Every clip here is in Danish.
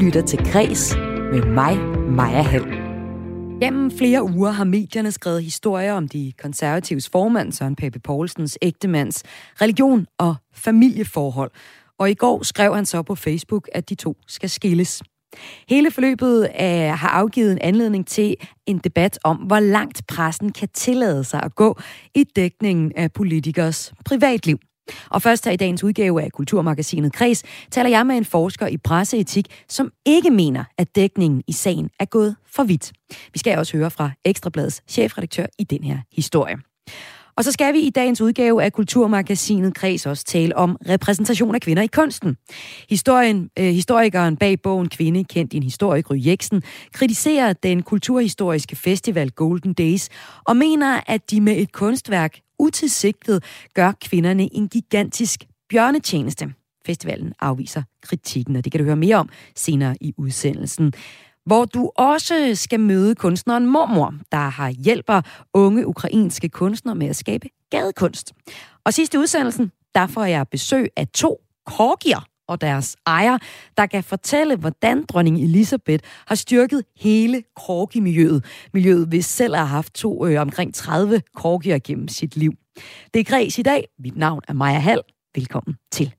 lytter til Græs med mig, Maja Hall. Gennem flere uger har medierne skrevet historier om de konservatives formand, Søren Pape Poulsens ægtemands religion og familieforhold. Og i går skrev han så på Facebook, at de to skal skilles. Hele forløbet har afgivet en anledning til en debat om, hvor langt pressen kan tillade sig at gå i dækningen af politikers privatliv. Og først her i dagens udgave af Kulturmagasinet Kreds taler jeg med en forsker i presseetik, som ikke mener, at dækningen i sagen er gået for vidt. Vi skal også høre fra Ekstra Bladets chefredaktør i den her historie. Og så skal vi i dagens udgave af Kulturmagasinet Kreds også tale om repræsentation af kvinder i kunsten. Historikeren bag bogen Kvinde, kendt din historie, Gry Jeksen, kritiserer den kulturhistoriske festival Golden Days og mener, at de med et kunstværk utilsigtet gør kvinderne en gigantisk bjørnetjeneste. Festivalen afviser kritikken, og det kan du høre mere om senere i udsendelsen. Hvor du også skal møde kunstneren Mormor, der hjælper unge ukrainske kunstnere med at skabe gadekunst. Og sidst i udsendelsen, der får jeg besøg af 2 corgier og deres ejer, der kan fortælle, hvordan dronning Elisabeth har styrket hele corgi-miljøet. Miljøet, hvis selv har haft omkring 30 corgier gennem sit liv. Det er Græs i dag. Mit navn er Maja Hall. Velkommen til.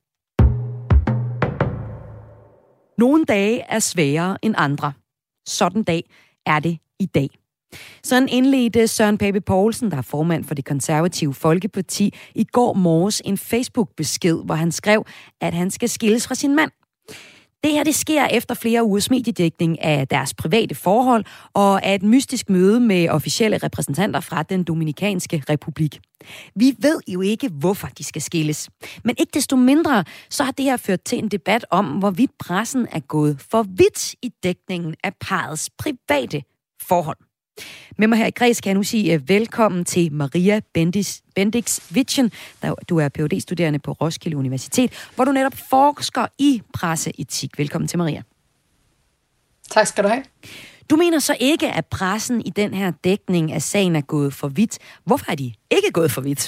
Nogle dage er sværere end andre. Sådan dag er det i dag. Sådan indledte Søren Pape Poulsen, der er formand for Det Konservative Folkeparti, i går morges en Facebook-besked, hvor han skrev, at han skal skilles fra sin mand. Det her, det sker efter flere ugers mediedækning af deres private forhold og af et mystisk møde med officielle repræsentanter fra den Dominikanske Republik. Vi ved jo ikke, hvorfor de skal skilles. Men ikke desto mindre, så har det her ført til en debat om, hvorvidt pressen er gået for vidt i dækningen af parrets private forhold. Med mig her i Græs kan jeg nu sige velkommen til Maria Bendix-Wittchen. Du er Ph.D.-studerende på Roskilde Universitet, hvor du netop forsker i presseetik. Velkommen til, Maria. Tak skal du have. Du mener så ikke, at pressen i den her dækning af sagen er gået for vidt. Hvorfor er de ikke gået for vidt?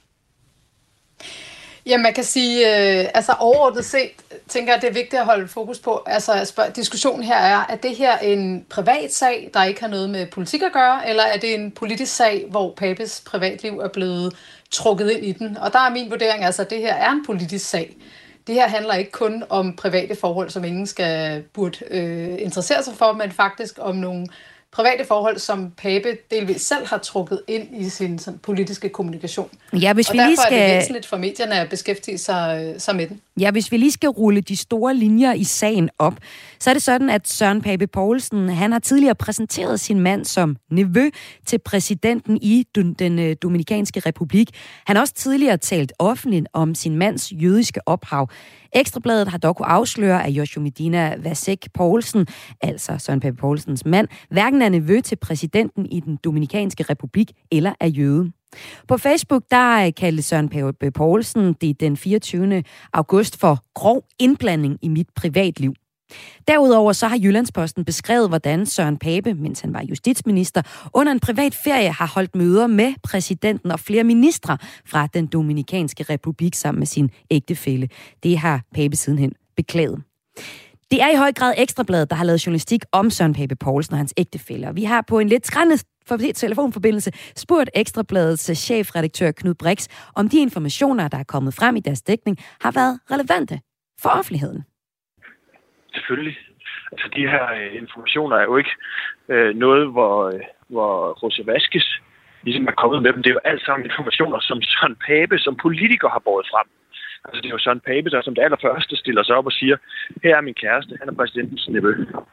Ja, man kan sige, overordnet set, tænker jeg, at det er vigtigt at holde fokus på. Diskussionen her er, at det her en privat sag, der ikke har noget med politik at gøre, eller er det en politisk sag, hvor Papes privatliv er blevet trukket ind i den? Og der er min vurdering, at det her er en politisk sag. Det her handler ikke kun om private forhold, som ingen burde interessere sig for, men faktisk om nogle private forhold, som Pape delvis selv har trukket ind i sin politiske kommunikation. Ja, hvis vi og derfor lige skal... er det væsentligt for medierne at beskæftige sig med den. Ja, hvis vi lige skal rulle de store linjer i sagen op, så er det sådan, at Søren Pape Poulsen, han har tidligere præsenteret sin mand som nevø til præsidenten i den Dominikanske Republik. Han har også tidligere talt offentligt om sin mands jødiske ophav. Ekstra Bladet har dog kunne afsløre, at Joshua Medina Vasek Poulsen, altså Søren Pape Poulsens mand, hverken er nevø til præsidenten i den Dominikanske Republik eller er jøde. På Facebook, der kaldte Søren Pape Poulsen det den 24. august for grov indblanding i mit privatliv. Derudover så har Jyllandsposten beskrevet, hvordan Søren Pape, mens han var justitsminister, under en privat ferie har holdt møder med præsidenten og flere ministre fra den Dominikanske Republik sammen med sin ægtefælle. Det har Pape sidenhen beklaget. Det er i høj grad Ekstra Bladet, der har lavet journalistik om Søren Pape Poulsen og hans ægtefælle. Vi har på en lidt skræmmende telefonforbindelse spurgt Ekstra Bladets chefredaktør Knud Brix, om de informationer, der er kommet frem i deres dækning, har været relevante for offentligheden. Selvfølgelig. Altså, de her informationer er jo ikke noget, hvor José Vázquez ligesom er kommet med dem. Det er jo alt sammen informationer, som Søren Pape som politiker har båret frem. Altså, det er jo Søren Pape, der som det allerførste stiller sig op og siger, her er min kæreste, han er præsidentens nevø.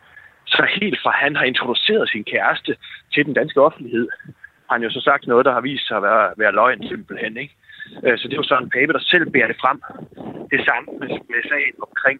Så helt fra han har introduceret sin kæreste til den danske offentlighed, har han jo så sagt noget, der har vist sig at være løgn simpelthen, ikke? Så det er jo Søren Pape, der selv bærer det frem. Det samme med sagen omkring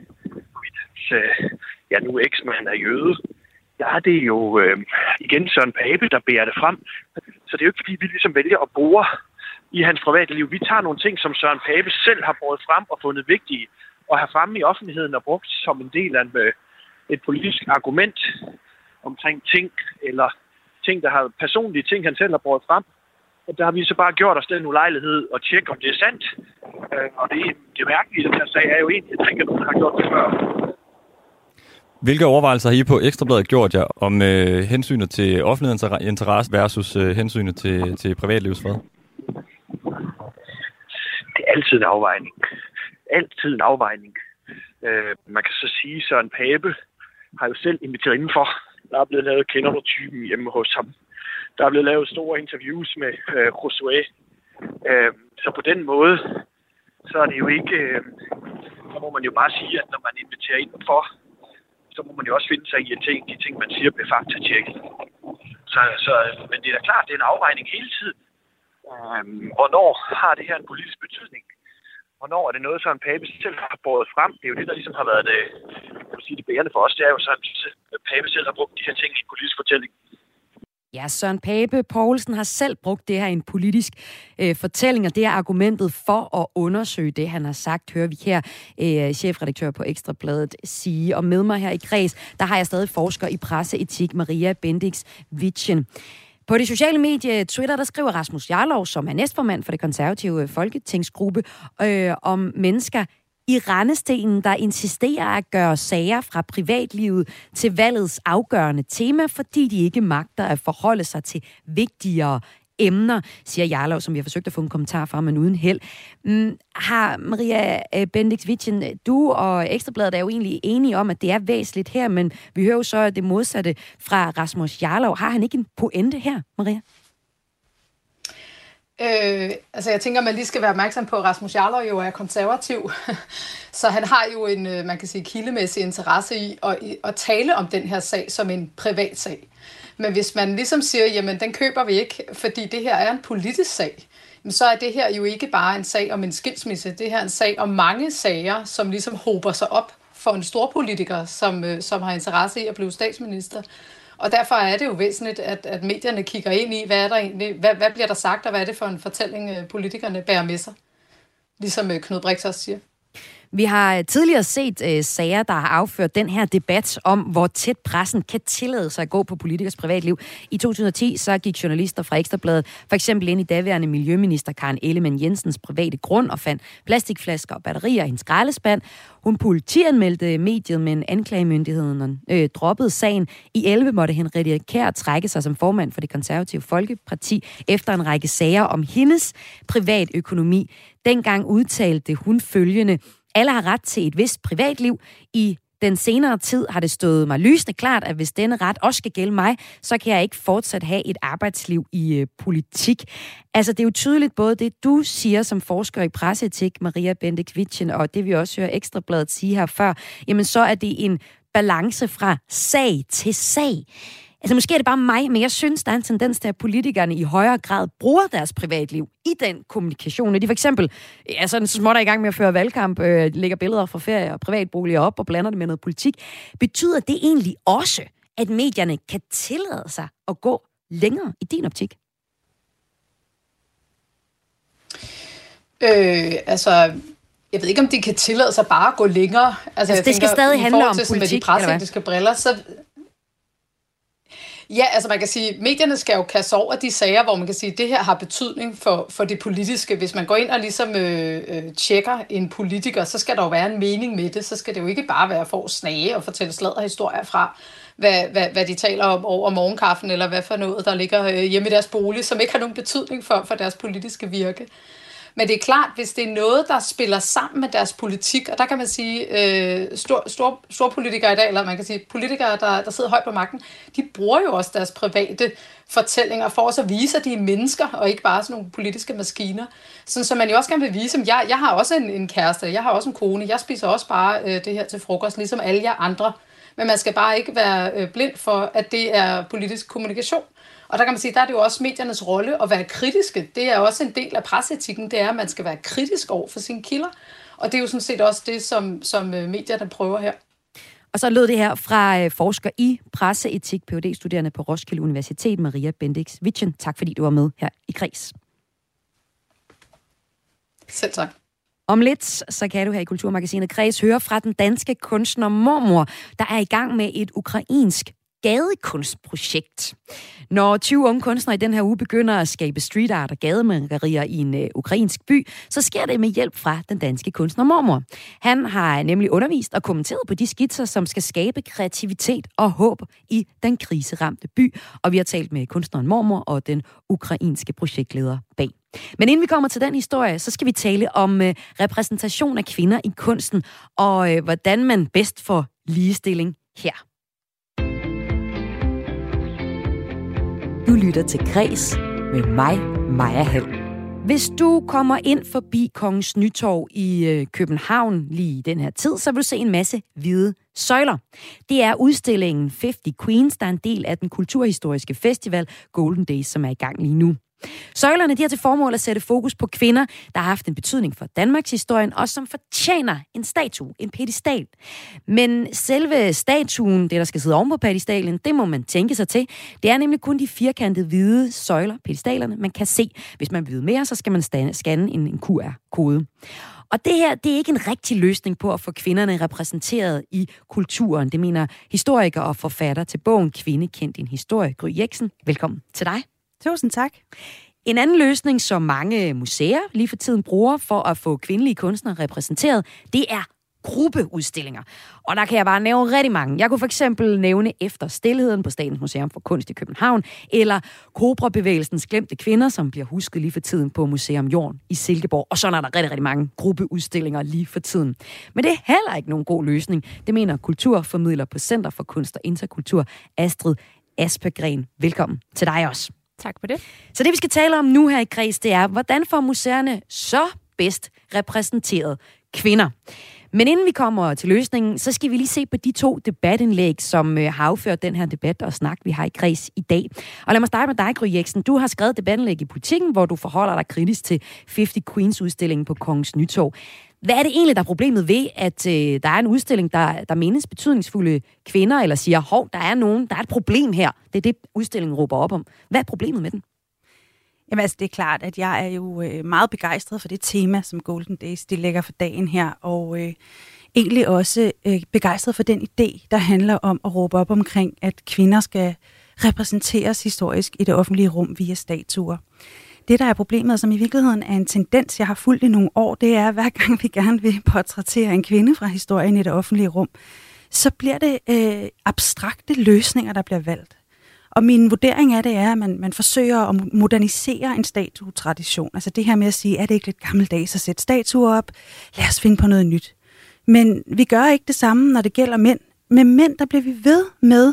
nu eksmanden er jøde. Der er det jo igen Søren Pape, der bærer det frem. Så det er jo ikke, fordi vi ligesom vælger at bore i hans private liv. Vi tager nogle ting, som Søren Pape selv har båret frem og fundet vigtige og have fremme i offentligheden og brugt som en del af et politisk argument omkring ting, eller ting, der har personlige ting, han selv har båret frem. Og der har vi så bare gjort os den ulejlighed og tjekke, om det er sandt. Og det mærkelige i den her sag er jo egentlig, at jeg tænker, at nogen har gjort det før. Hvilke overvejelser har I på Ekstrabladet gjort jer om hensynet til offentlighedens interesse versus hensynet til privatlivsfred? Det er altid en afvejning. Altid en afvejning. Man kan så sige, at Søren Pape har jo selv inviteret indenfor. Der er blevet lavet kendertypen hjemme hos ham. Der er blevet lavet store interviews med Josué. Så på den måde, så er det jo ikke... så må man jo bare sige, at når man inviterer indenfor, så må man jo også finde sig i, at de ting, man siger, bliver faktatjekket. Men det er da klart, det er en afvejning hele tiden. Hvornår har det her en politisk betydning? Hvornår er det noget, Søren Pape selv har båret frem? Det er jo det, der ligesom har været det bærende for os. Det er jo sådan, at Pape selv har brugt de her ting i en politisk fortælling. Ja, Søren Pape Poulsen har selv brugt det her i en politisk fortælling, og det er argumentet for at undersøge det, han har sagt, hører vi her chefredaktør på Ekstrabladet sige. Og med mig her i Kreds, der har jeg stadig forsker i presseetik, Maria Bendix Witjen. På det sociale medie Twitter, der skriver Rasmus Jarlov, som er næstformand for det konservative folketingsgruppe, om mennesker i rendestenen, der insisterer at gøre sager fra privatlivet til valgets afgørende tema, fordi de ikke magter at forholde sig til vigtigere emner, siger Jarlov, som vi har forsøgt at få en kommentar fra, men uden held. Har Maria Bendix Witjen, du og Ekstrabladet er jo egentlig enige om, at det er væsentligt her, men vi hører jo så det modsatte fra Rasmus Jarlov. Har han ikke en pointe her, Maria? Jeg tænker, man lige skal være opmærksom på, at Rasmus Jarlov jo er konservativ, så han har jo en, man kan sige, kildemæssig interesse i at tale om den her sag som en privat sag. Men hvis man ligesom siger, jamen den køber vi ikke, fordi det her er en politisk sag, så er det her jo ikke bare en sag om en skilsmisse. Det her er en sag om mange sager, som ligesom hober sig op for en storpolitiker, som har interesse i at blive statsminister. Og derfor er det jo væsentligt, at medierne kigger ind i, hvad bliver der sagt, og hvad er det for en fortælling, politikerne bærer med sig. Ligesom Knud Brix også siger. Vi har tidligere set sager, der har afført den her debat om, hvor tæt pressen kan tillade sig at gå på politikers privatliv. I 2010 så gik journalister fra Ekstrabladet for eksempel ind i daværende miljøminister Karen Ellemann Jensens private grund og fandt plastikflasker og batterier i en skraldespand. Hun politianmeldte mediet, men anklagemyndigheden droppede sagen. I 11 måtte Henriette Kjær trække sig som formand for det konservative Folkeparti efter en række sager om hendes privatøkonomi. Dengang udtalte hun følgende: alle har ret til et vist privatliv. I den senere tid har det stået mig lysende klart, at hvis denne ret også skal gælde mig, så kan jeg ikke fortsat have et arbejdsliv i politik. Altså, det er jo tydeligt både det, du siger som forsker i presseetik, Maria Bendix Witjen, og det vi også hører Ekstrabladet sige her før, jamen så er det en balance fra sag til sag. Altså, måske er det bare mig, men jeg synes, der er en tendens til, at politikerne i højere grad bruger deres privatliv i den kommunikation. Når de for eksempel så småt er i gang med at føre valgkamp, lægger billeder fra ferie og privatboliger op og blander det med noget politik. Betyder det egentlig også, at medierne kan tillade sig at gå længere i din optik? Jeg ved ikke, om de kan tillade sig bare at gå længere. Altså det skal stadig handle om politik, med de presseetiske briller, så... Ja, altså man kan sige, medierne skal jo kaste over de sager, hvor man kan sige, at det her har betydning for det politiske. Hvis man går ind og ligesom tjekker en politiker, så skal der jo være en mening med det. Så skal det jo ikke bare være for at snage og fortælle sladderhistorier fra, hvad de taler om over morgenkaffen, eller hvad for noget, der ligger hjemme i deres bolig, som ikke har nogen betydning for deres politiske virke. Men det er klart, hvis det er noget, der spiller sammen med deres politik, og der kan man sige, store politikere i dag, eller man kan sige politikere, der sidder højt på magten, de bruger jo også deres private fortællinger for os at vise, at de er mennesker, og ikke bare sådan nogle politiske maskiner. Sådan, så man jo også gerne vil vise, at jeg har også en kæreste, jeg har også en kone, jeg spiser også bare det her til frokost, ligesom alle jer andre. Men man skal bare ikke være blind for, at det er politisk kommunikation. Og der kan man sige, der er det jo også mediernes rolle at være kritiske. Det er også en del af presseetikken, det er, at man skal være kritisk over for sine kilder. Og det er jo sådan set også det, som medierne prøver her. Og så lød det her fra forsker i presseetik, Ph.D.-studerende på Roskilde Universitet, Maria Bendix Witjen. Tak fordi du var med her i Kreds. Selv tak. Om lidt, så kan du her i Kulturmagasinet Kreds høre fra den danske kunstner Mormor, der er i gang med et ukrainsk gadekunstprojekt. Når 20 unge kunstnere i den her uge begynder at skabe street art og gademalerier i en ukrainsk by, så sker det med hjælp fra den danske kunstner Mormor. Han har nemlig undervist og kommenteret på de skitser, som skal skabe kreativitet og håb i den kriseramte by. Og vi har talt med kunstneren Mormor og den ukrainske projektleder bag. Men inden vi kommer til den historie, så skal vi tale om repræsentation af kvinder i kunsten, og hvordan man bedst får ligestilling her. Du lytter til Græs med mig, Maja Hall. Hvis du kommer ind forbi Kongens Nytorv i København lige i den her tid, så vil du se en masse hvide søjler. Det er udstillingen 50 Queens, der er en del af den kulturhistoriske festival Golden Days, som er i gang lige nu. Søjlerne de har til formål at sætte fokus på kvinder, der har haft en betydning for Danmarks historien, og som fortjener en statue, en pedestal. Men selve statuen, det der skal sidde oven på pedestalen, det må man tænke sig til. Det er nemlig kun de firkantede hvide søjler, pedestalerne, man kan se. Hvis man vil vide mere, så skal man scanne en QR-kode. Og det her, det er ikke en rigtig løsning på at få kvinderne repræsenteret i kulturen. Det mener historiker og forfatter til bogen Kvinde kendt din historie, Gry Jeksen. Velkommen til dig. Tusind tak. En anden løsning, som mange museer lige for tiden bruger for at få kvindelige kunstnere repræsenteret, det er gruppeudstillinger. Og der kan jeg bare nævne rigtig mange. Jeg kunne for eksempel nævne Efter Stilheden på Statens Museum for Kunst i København, eller Kobra-bevægelsens Glemte Kvinder, som bliver husket lige for tiden på Museum Jorden i Silkeborg. Og sådan er der rigtig, rigtig mange gruppeudstillinger lige for tiden. Men det er heller ikke nogen god løsning. Det mener kulturformidler på Center for Kunst og Interkultur, Astrid Aspergren. Velkommen til dig også. Tak for det. Så det, vi skal tale om nu her i Græs, det er, hvordan får museerne så bedst repræsenteret kvinder? Men inden vi kommer til løsningen, så skal vi lige se på de 2 debatindlæg, som har afført den her debat og snak, vi har i Græs i dag. Og lad mig starte med dig, Gry Jeksen. Du har skrevet debatindlæg i Politiken, hvor du forholder dig kritisk til 50 Queens-udstillingen på Kongens Nytorv. Hvad er det egentlig, der er problemet ved, at der er en udstilling, der menes betydningsfulde kvinder, eller siger, hov, der er et problem her. Det er det, udstillingen råber op om. Hvad er problemet med den? Jamen altså, det er klart, at jeg er jo meget begejstret for det tema, som Golden Days de lægger for dagen her, og egentlig også begejstret for den idé, der handler om at råbe op omkring, at kvinder skal repræsenteres historisk i det offentlige rum via statuer. Det, der er problemet, som i virkeligheden er en tendens, jeg har fulgt i nogle år, det er, at hver gang vi gerne vil portrættere en kvinde fra historien i det offentlige rum, så bliver det abstrakte løsninger, der bliver valgt. Og min vurdering af det er, at man forsøger at modernisere en statuetradition. Altså det her med at sige, er det ikke lidt gammeldags at sætte statuer op? Lad os finde på noget nyt. Men vi gør ikke det samme, når det gælder mænd. Med mænd, der bliver vi ved med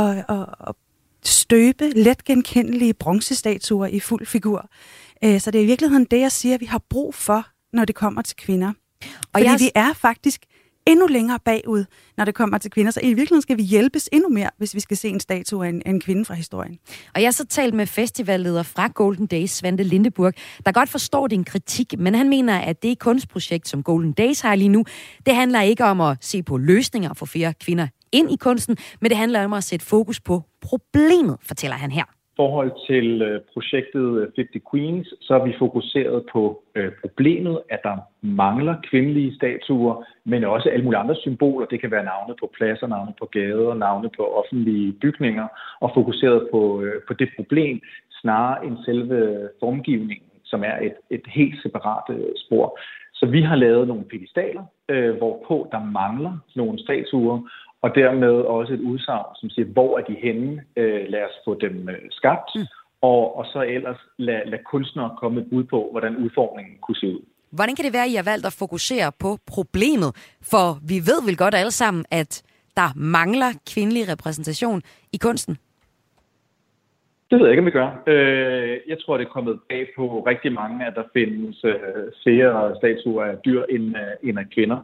at støbe let genkendelige bronzestatuer i fuld figur. Så det er i virkeligheden det, jeg siger, vi har brug for, når det kommer til kvinder. Fordi vi er faktisk endnu længere bagud, når det kommer til kvinder. Så i virkeligheden skal vi hjælpes endnu mere, hvis vi skal se en statue af en kvinde fra historien. Og jeg har så talt med festivalleder fra Golden Days, Svante Lindeburg, der godt forstår din kritik, men han mener, at det kunstprojekt, som Golden Days har lige nu, det handler ikke om at se på løsninger for flere kvinder ind i kunsten, men det handler om at sætte fokus på problemet, fortæller han her. I forhold til projektet 50 Queens, så er vi fokuseret på problemet, at der mangler kvindelige statuer, men også alle mulige andre symboler. Det kan være navne på pladser, navne på gader, navne på offentlige bygninger, og fokuseret på det problem, snarere end selve formgivningen, som er et helt separat spor. Så vi har lavet nogle pedestaler, hvorpå der mangler nogle statuer, og dermed også et udsagn, som siger, hvor er de henne? Lad os få dem skabt, og så ellers lad kunstnere komme et bud på, hvordan udformningen kunne se ud. Hvordan kan det være, at I har valgt at fokusere på problemet? For vi ved vel godt alle sammen, at der mangler kvindelig repræsentation i kunsten. Det ved jeg ikke, om vi gør. Jeg tror, det er kommet bag på rigtig mange, at der findes flere statuer af dyr end af kvinder.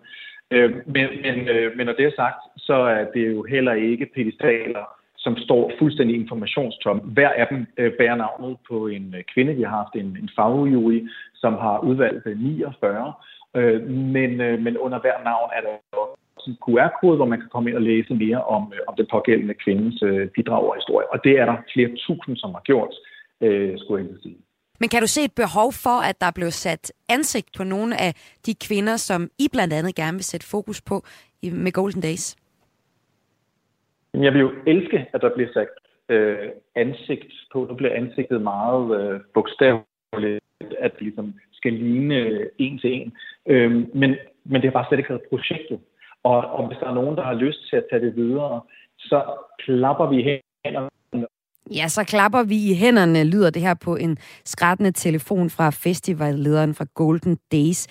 Men når det er sagt, så er det jo heller ikke pedestaler, som står fuldstændig informationstom. Hver af dem bærer navnet på en kvinde. Vi har haft en fagjury, som har udvalgt 49. Men under hver navn er der også en QR-kode, hvor man kan komme ind og læse mere om den pågældende kvindes bidrag og historie. Og det er der flere tusind, som har gjort, skulle jeg sige. Men kan du se et behov for, at der blev sat ansigt på nogle af de kvinder, som I blandt andet gerne vil sætte fokus på med Golden Days? Jeg vil jo elske, at der bliver sagt ansigt på. Nu bliver ansigtet meget bogstaveligt, at det ligesom skal ligne en til en. Men det har bare slet ikke været projektet. Og hvis der er nogen, der har lyst til at tage det videre, så klapper vi hænderne. Ja, så klapper vi i hænderne, lyder det her på en skrattende telefon fra festivallederen fra Golden Days.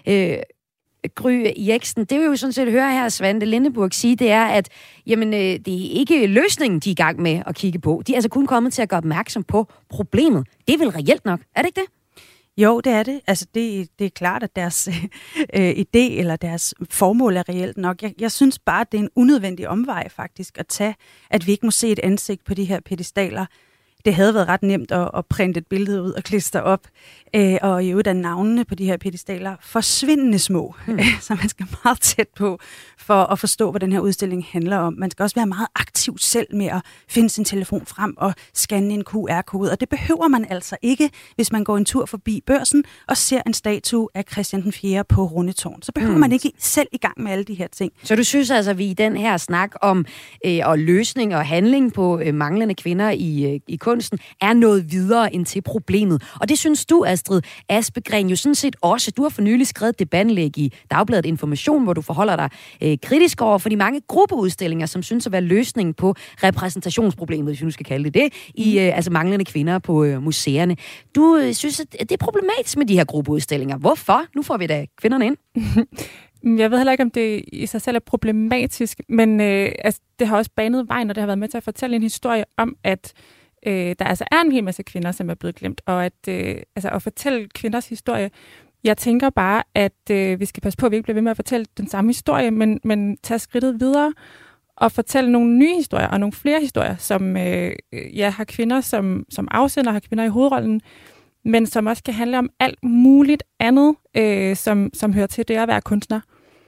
Gry Jeksen, det vil jo sådan set høre her Svante Lindeburg sige, det er, at jamen, det er ikke løsningen, de er i gang med at kigge på. De er altså kun kommet til at gøre opmærksom på problemet. Det er vel reelt nok, er det ikke det? Jo, det er det. Altså, det er klart, at deres idé eller deres formål er reelt nok. Jeg synes bare, det er en unødvendig omvej faktisk at tage, at vi ikke må se et ansigt på de her pedestaler. Det havde været ret nemt at printe et billede ud og klistre op, og i øvrigt er navnene på de her pedestaler forsvindende små, så man skal meget tæt på for at forstå, hvad den her udstilling handler om. Man skal også være meget aktiv selv med at finde sin telefon frem og scanne en QR-kode, og det behøver man altså ikke, hvis man går en tur forbi Børsen og ser en statue af Christian den 4. på Rundetårn. Så behøver man ikke selv i gang med alle de her ting. Så du synes altså, at vi i den her snak om og løsning og handling på manglende kvinder i kunsten er noget videre end til problemet. Og det synes du, Astrid Aspegren, jo sådan set også. Du har for nylig skrevet et debatindlæg i Dagbladet Information, hvor du forholder dig kritisk over for de mange gruppeudstillinger, som synes at være løsningen på repræsentationsproblemet, hvis vi nu skal kalde det i altså manglende kvinder på museerne. Du synes, at det er problematisk med de her gruppeudstillinger. Hvorfor? Nu får vi da kvinderne ind. Jeg ved heller ikke, om det i sig selv er problematisk, men altså, det har også banet vejen, og det har været med til at fortælle en historie om, at der altså er en hel masse kvinder, som er blevet glemt, og at fortælle kvinders historie. Jeg tænker bare, at vi skal passe på, at vi ikke bliver ved med at fortælle den samme historie, men tage skridtet videre og fortælle nogle nye historier, og nogle flere historier, som har kvinder som afsender, har kvinder i hovedrollen, men som også kan handle om alt muligt andet, som hører til det at være kunstner.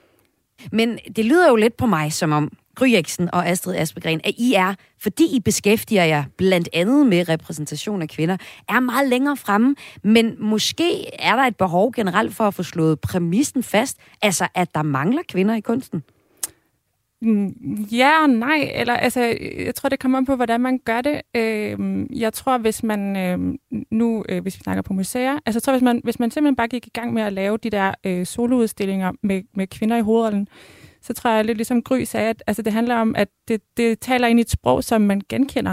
Men det lyder jo lidt på mig, som om Gry Jeksen og Astrid Aspegren, at I er, fordi I beskæftiger jer blandt andet med repræsentation af kvinder, er meget længere fremme, men måske er der et behov generelt for at få slået præmissen fast, altså at der mangler kvinder i kunsten? Ja og nej, eller altså, jeg tror, det kommer an på, hvordan man gør det. Jeg tror, hvis man hvis vi snakker på museer, altså jeg tror, hvis man simpelthen bare gik i gang med at lave de der soloudstillinger med kvinder i hovedrollen, så tror jeg lidt ligesom Gry sagde, at altså, det handler om, at det taler ind i et sprog, som man genkender.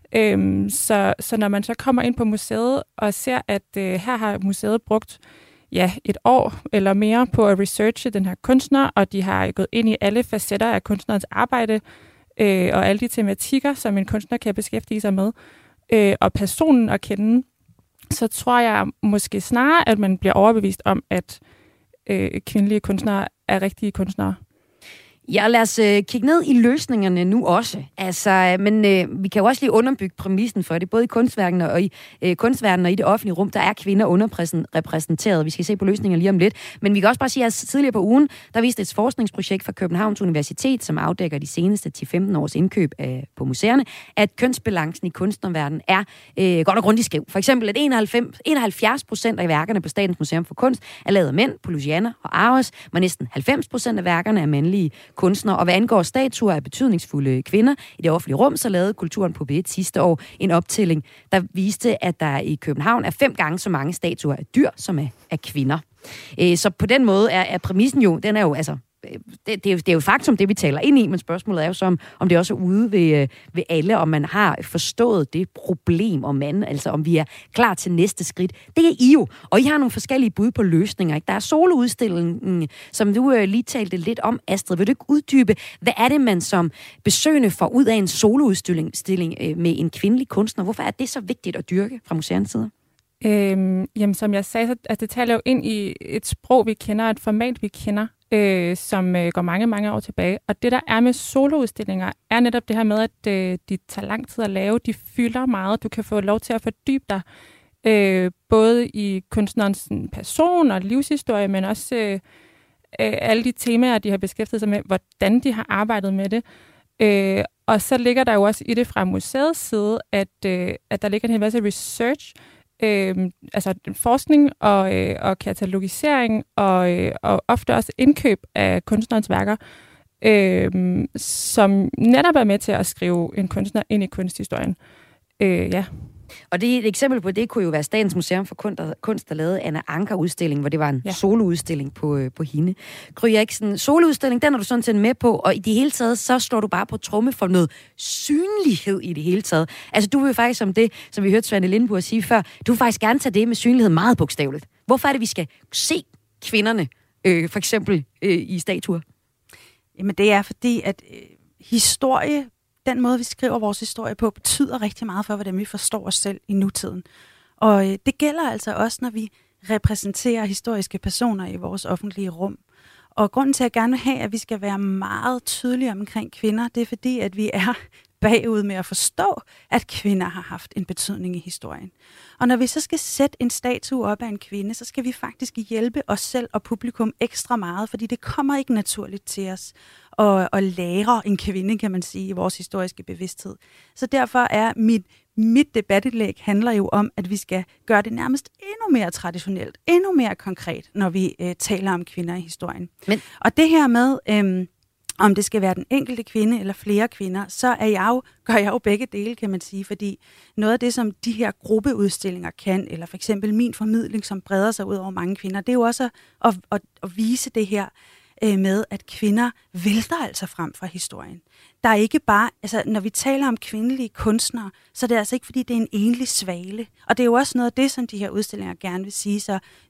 Så når man så kommer ind på museet og ser, at her har museet brugt et år eller mere på at researche den her kunstner, og de har gået ind i alle facetter af kunstnerens arbejde, og alle de tematikker, som en kunstner kan beskæftige sig med, og personen at kende, så tror jeg måske snarere, at man bliver overbevist om, at kvindelige kunstnere er rigtige kunstnere. Ja, lad os kigge ned i løsningerne nu også. Altså, men vi kan jo også lige underbygge præmissen for det. Både i kunstverdenen og i det offentlige rum, der er kvinder underrepræsenteret. Vi skal se på løsninger lige om lidt. Men vi kan også bare sige, at tidligere på ugen, der viste et forskningsprojekt fra Københavns Universitet, som afdækker de seneste 10-15 års indkøb på museerne, at kønsbalancen i kunstnerverdenen er godt og grundigt skæv. For eksempel, at 71% af værkerne på Statens Museum for Kunst er lavet af mænd på Louisiana og Aarhus, men næsten 90% af værkerne er mandlige kunstnere. Og hvad angår statuer af betydningsfulde kvinder i det offentlige rum, så lavede Kulturen på B1 sidste år en optælling, der viste, at der i København er 5 gange så mange statuer af dyr, som af kvinder. Så på den måde er præmissen jo, den er jo altså, det er jo faktum, det vi taler ind i, men spørgsmålet er jo så, om det også er ude ved alle, om man har forstået det problem, om vi er klar til næste skridt. Det er I jo, og I har nogle forskellige bud på løsninger. Ikke? Der er soloudstillingen, som du lige talte lidt om, Astrid. Vil du ikke uddybe, hvad er det, man som besøgende får ud af en soloudstilling med en kvindelig kunstner? Hvorfor er det så vigtigt at dyrke fra museernes side? Jamen, som jeg sagde, så det taler jo ind i et sprog, vi kender, et format, vi kender, som går mange, mange år tilbage. Og det, der er med soloudstillinger, er netop det her med, at de tager lang tid at lave. De fylder meget. Du kan få lov til at fordybe dig, både i kunstnerens person og livshistorie, men også alle de temaer, de har beskæftiget sig med, hvordan de har arbejdet med det. Og så ligger der jo også i det fra museets side, at der ligger en hel masse research, altså forskning og katalogisering og ofte også indkøb af kunstnerens værker, som netop er med til at skrive en kunstner ind i kunsthistorien. Ja. Og det er et eksempel på, det kunne jo være Statens Museum for Kunst, der lavede Anna Ancher-udstilling, hvor det var en soloudstilling på hende. Gry Eriksen, soloudstilling, den er du sådan set med på, og i det hele taget, så står du bare på tromme for noget synlighed i det hele taget. Altså, du vil jo faktisk om det, som vi hørte Svane Lindboe sige før, du vil faktisk gerne tage det med synlighed meget bogstaveligt. Hvorfor er det, vi skal se kvinderne, for eksempel i statuer? Jamen, det er fordi, at historie, den måde, vi skriver vores historie på, betyder rigtig meget for, hvordan vi forstår os selv i nutiden. Og det gælder altså også, når vi repræsenterer historiske personer i vores offentlige rum. Og grunden til, at jeg gerne vil have, at vi skal være meget tydelige omkring kvinder, det er fordi, at vi er bagud med at forstå, at kvinder har haft en betydning i historien. Og når vi så skal sætte en statue op af en kvinde, så skal vi faktisk hjælpe os selv og publikum ekstra meget, fordi det kommer ikke naturligt til os at lære en kvinde, kan man sige, i vores historiske bevidsthed. Så derfor er mit debatindlæg handler jo om, at vi skal gøre det nærmest endnu mere traditionelt, endnu mere konkret, når vi taler om kvinder i historien. Og det her med om det skal være den enkelte kvinde eller flere kvinder, så gør jeg jo begge dele, kan man sige, fordi noget af det, som de her gruppeudstillinger kan, eller for eksempel min formidling, som breder sig ud over mange kvinder, det er jo også at vise det her med, at kvinder vælter altså frem fra historien. Der er ikke bare, altså når vi taler om kvindelige kunstnere, så er det altså ikke, fordi det er en enlig svale. Og det er jo også noget af det, som de her udstillinger gerne vil sige.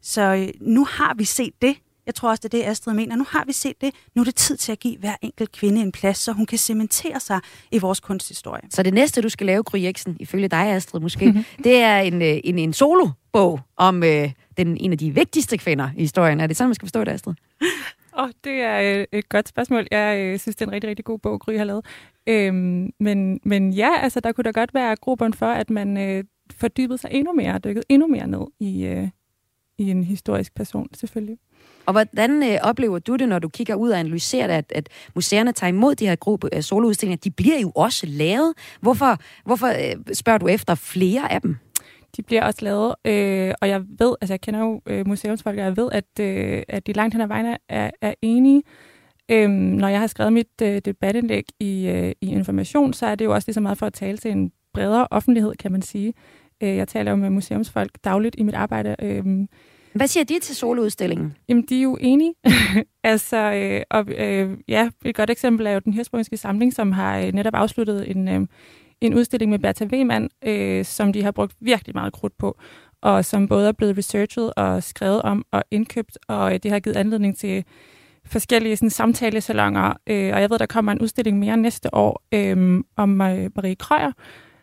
Så nu har vi set det. Jeg tror også, det er det, Astrid mener. Nu har vi set det. Nu er det tid til at give hver enkelt kvinde en plads, så hun kan cementere sig i vores kunsthistorie. Så det næste, du skal lave, Gry Eriksen, ifølge dig, Astrid, måske, det er en solobog om en af de vigtigste kvinder i historien. Er det sådan, man skal forstå det, Astrid? Det er et godt spørgsmål. Jeg synes, det er en rigtig, rigtig god bog, Gry har lavet. Men ja, altså, der kunne da godt være grobund for, at man fordybede sig endnu mere og dykkede endnu mere ned i en historisk person, selvfølgelig. Og hvordan oplever du det, når du kigger ud og analyserer det, at museerne tager imod de her soloudstillinger? De bliver jo også lavet. Hvorfor spørger du efter flere af dem? De bliver også lavet, og jeg ved, altså jeg kender jo museumsfolk, og jeg ved, at de langt hen ad vejen er enige. Når jeg har skrevet mit debatindlæg i Information, så er det jo også lige så meget for at tale til en bredere offentlighed, kan man sige. Jeg taler jo med museumsfolk dagligt i mit arbejde. Hvad siger de til soloudstillingen? Jamen, de er jo enige. Et godt eksempel er jo den Hirschsprungske Samling, som har netop afsluttet en udstilling med Bertha Wehmann, som de har brugt virkelig meget krudt på, og som både er blevet researchet og skrevet om og indkøbt, og det har givet anledning til forskellige sådan, samtalesalonger. Og jeg ved, der kommer en udstilling mere næste år om Marie Krøyer,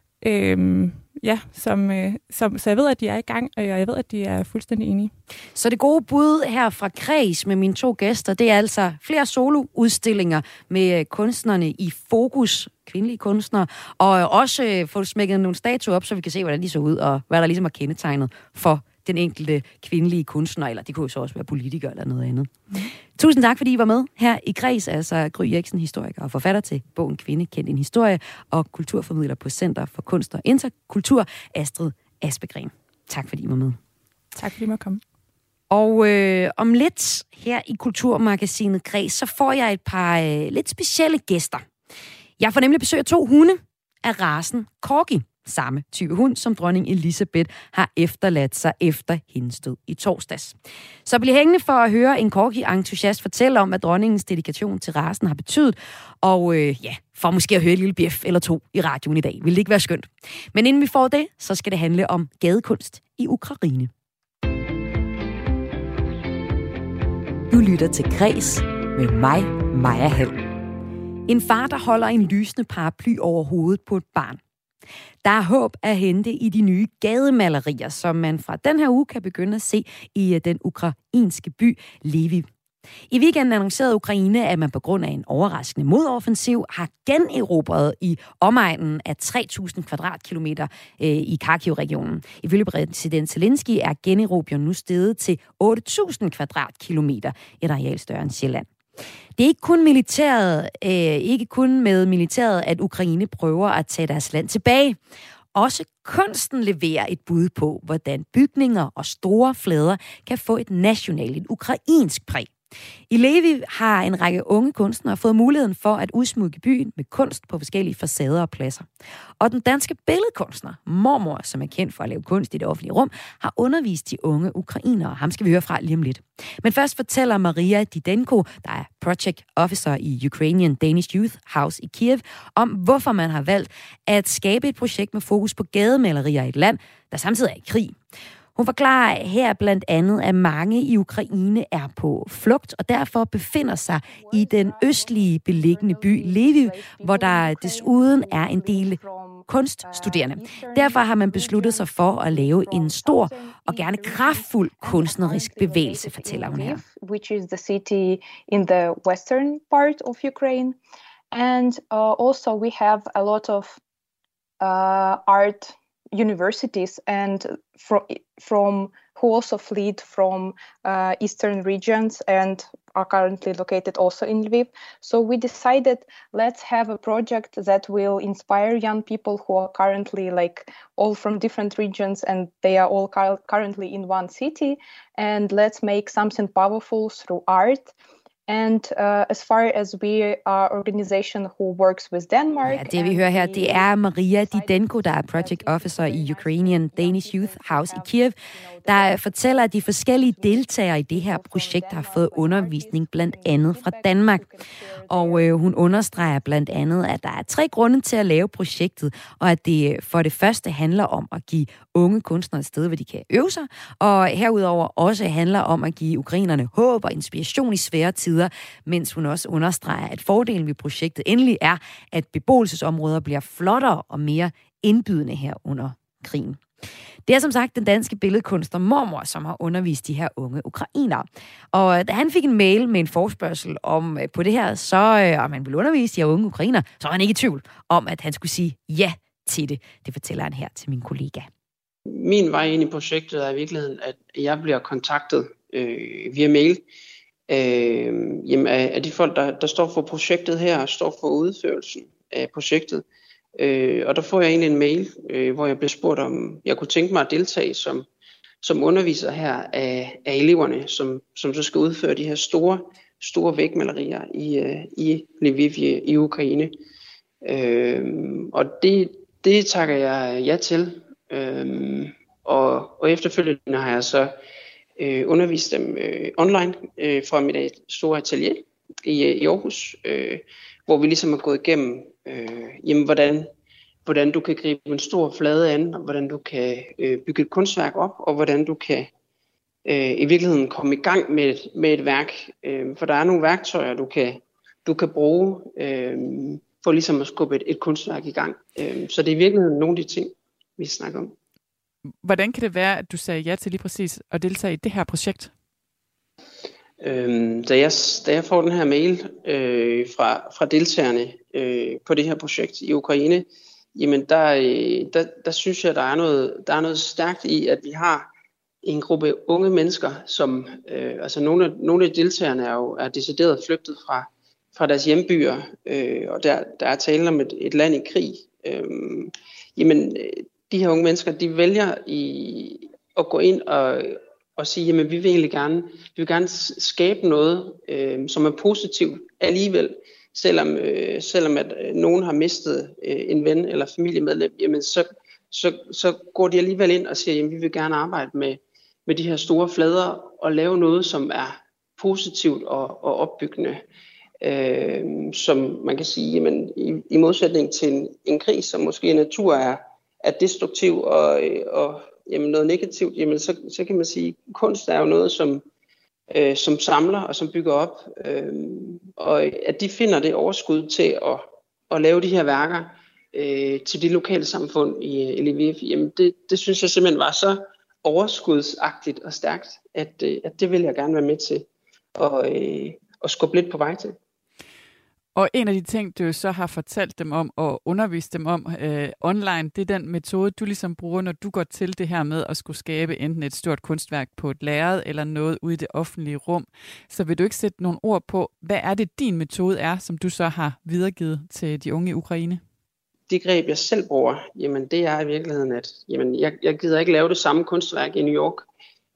så jeg ved, at de er i gang, og jeg ved, at de er fuldstændig enige. Så det gode bud her fra Kreds med mine 2 gæster, det er altså flere soloudstillinger med kunstnerne i fokus, kvindelige kunstnere, og også få smækket nogle statuer op, så vi kan se, hvordan de så ud, og hvad der ligesom er kendetegnet for den enkelte kvindelige kunstner, eller det kunne jo så også være politikere eller noget andet. Tusind tak, fordi I var med her i Kreds, altså Gry Eriksen, historiker og forfatter til bogen Kvinde, kendt en historie, og kulturformidler på Center for Kunst og Interkultur, Astrid Aspegren. Tak, fordi I var med. Tak, fordi I måtte komme. Og om lidt her i Kulturmagasinet Kreds, så får jeg et par lidt specielle gæster. Jeg får nemlig besøg af 2 hunde af racen Corgi. Samme type hund, som dronning Elisabeth har efterladt sig efter hendes død i torsdags. Så bliv hængende for at høre en corgi-entusiast fortælle om, hvad dronningens dedikation til racen har betydet, og for måske at høre et lille bjef eller 2 i radioen i dag. Vil det ikke være skønt? Men inden vi får det, så skal det handle om gadekunst i Ukraine. Du lytter til Kreds med mig, Maja Hall. En far, der holder en lysende paraply over hovedet på et barn. Der er håb at hente i de nye gademalerier, som man fra den her uge kan begynde at se i den ukrainske by Lviv. I weekenden annoncerede Ukraine, at man på grund af en overraskende modoffensiv har generobret i omegnen af 3.000 kvadratkilometer i Kharkiv-regionen. Ifølge præsident Zelensky er generobringen nu steget til 8.000 kvadratkilometer, et areal større end Sjælland. Det er ikke kun med militæret, at Ukraine prøver at tage deres land tilbage. Også kunsten leverer et bud på, hvordan bygninger og store flader kan få et nationalt, et ukrainsk præg. I Lviv har en række unge kunstnere fået muligheden for at udsmykke byen med kunst på forskellige facader og pladser. Og den danske billedkunstner Mormor, som er kendt for at lave kunst i det offentlige rum, har undervist de unge ukrainere. Ham skal vi høre fra lige om lidt. Men først fortæller Maria Didenko, der er project officer i Ukrainian Danish Youth House i Kiev, om hvorfor man har valgt at skabe et projekt med fokus på gademalerier i et land, der samtidig er i krig. Hun forklarer her blandt andet, at mange i Ukraine er på flugt og derfor befinder sig i den østlige beliggende by Lviv, hvor der desuden er en del kunststuderende. Derfor har man besluttet sig for at lave en stor og gerne kraftfuld kunstnerisk bevægelse, fortæller hun her. Which is the city in the western part of Ukraine. And also we have a lot of art universities and from who also fled from eastern regions and are currently located also in Lviv. So we decided let's have a project that will inspire young people who are currently all from different regions and they are all currently in one city, and let's make something powerful through art. And as far as we are organization who works with Denmark... Ja, det vi hører her, det er Maria Didenko, der er project officer i Ukrainian Danish Youth House i Kiev, der fortæller, at de forskellige deltagere i det her projekt har fået undervisning blandt andet fra Danmark. Og hun understreger blandt andet, at der er 3 grunde til at lave projektet, og at det for det første handler om at give unge kunstnere et sted, hvor de kan øve sig, og herudover også handler om at give ukrainerne håb og inspiration i svære tider, mens hun også understreger, at fordelen ved projektet endelig er, at beboelsesområder bliver flottere og mere indbydende her under krigen. Det er som sagt den danske billedkunstner Mormor, som har undervist de her unge ukrainere. Og da han fik en mail med en forespørgsel om på det her, så om han ville undervise de her unge ukrainere, så var han ikke i tvivl om, at han skulle sige ja til det. Det fortæller han her til min kollega. Min vej ind i projektet er i virkeligheden, at jeg bliver kontaktet via mail af de folk, der står for projektet her, og står for udførelsen af projektet. Og der får jeg egentlig en mail, hvor jeg bliver spurgt, om jeg kunne tænke mig at deltage som underviser her af eleverne, som så skal udføre de her store vægmalerier i Lviv i Ukraine. Og det takker jeg ja til. Og efterfølgende har jeg så undervist dem online fra mit store atelier i Aarhus, hvor vi ligesom har gået igennem hvordan du kan gribe en stor flade an, og hvordan du kan bygge et kunstværk op, og hvordan du kan i virkeligheden komme i gang med et værk. For der er nogle værktøjer, du kan bruge for ligesom at skubbe et kunstværk i gang. Så det er i virkeligheden nogle af de ting, vi snakker om. Hvordan kan det være, at du sagde ja til lige præcis at deltage i det her projekt? Da jeg får den her mail fra deltagerne på det her projekt i Ukraine, jamen der synes jeg, der er noget stærkt i, at vi har en gruppe unge mennesker, som altså nogle af deltagerne er decideret flygtet fra deres hjembyer, og der er tale om et land i krig. Jamen de her unge mennesker, de vælger at gå ind og sige, jamen vi vil gerne skabe noget, som er positivt alligevel, selvom at nogen har mistet en ven eller familiemedlem, jamen så går de alligevel ind og siger, jamen vi vil gerne arbejde med de her store flader og lave noget, som er positivt og opbyggende. Som man kan sige, jamen, i modsætning til en krig, som måske i natur er destruktiv og jamen, noget negativt, jamen, så kan man sige, at kunst er jo noget, som samler og som bygger op. Og at de finder det overskud til at lave de her værker til de lokale samfund i Lviv, jamen det synes jeg simpelthen var så overskudsagtigt og stærkt, at det vil jeg gerne være med til at skubbe lidt på vej til. Og en af de ting, du så har fortalt dem om og undervist dem om online, det er den metode, du ligesom bruger, når du går til det her med at skulle skabe enten et stort kunstværk på et lærred eller noget ude i det offentlige rum. Så vil du ikke sætte nogle ord på, hvad er det, din metode er, som du så har videregivet til de unge i Ukraine? Det greb, jeg selv bruger, jamen det er i virkeligheden, at jamen, jeg gider ikke lave det samme kunstværk i New York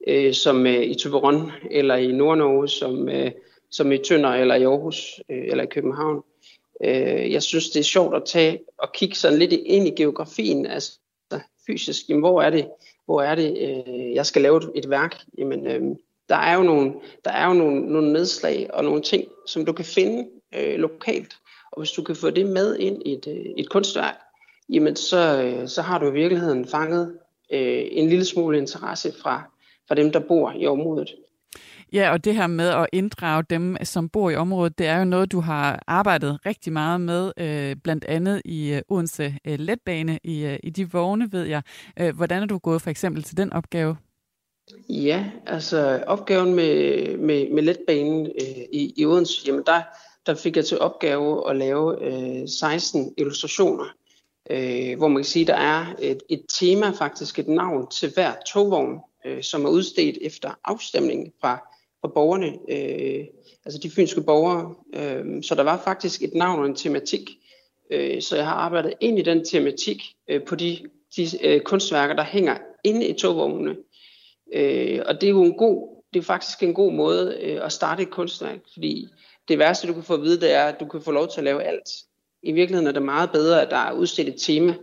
som i Thyborøn, eller i Nord-Norge, som i Tønder, eller i Aarhus, eller i København. Jeg synes, det er sjovt at tage og kigge sådan lidt ind i geografien, altså fysisk. Jamen, hvor er det, jeg skal lave et værk? Jamen, der er jo nogle nedslag og nogle ting, som du kan finde lokalt. Og hvis du kan få det med ind i et kunstværk, jamen så har du i virkeligheden fanget en lille smule interesse fra dem, der bor i området. Ja, og det her med at inddrage dem, som bor i området, det er jo noget, du har arbejdet rigtig meget med, blandt andet i Odense Letbane, i de vogne, ved jeg. Hvordan er du gået for eksempel til den opgave? Ja, altså opgaven med letbanen i Odense, jamen der fik jeg til opgave at lave 16 illustrationer, hvor man kan sige, der er et tema, faktisk et navn til hver togvogn, som er udstedt efter afstemning fra borgerne, altså de fynske borgere. Så der var faktisk et navn og en tematik, så jeg har arbejdet ind i den tematik på de kunstværker, der hænger inde i togvognene. Og det er jo faktisk en god måde at starte et kunstværk, fordi det værste, du kan få at vide, det er, at du kan få lov til at lave alt. I virkeligheden er det meget bedre, at der er udstedt et tema.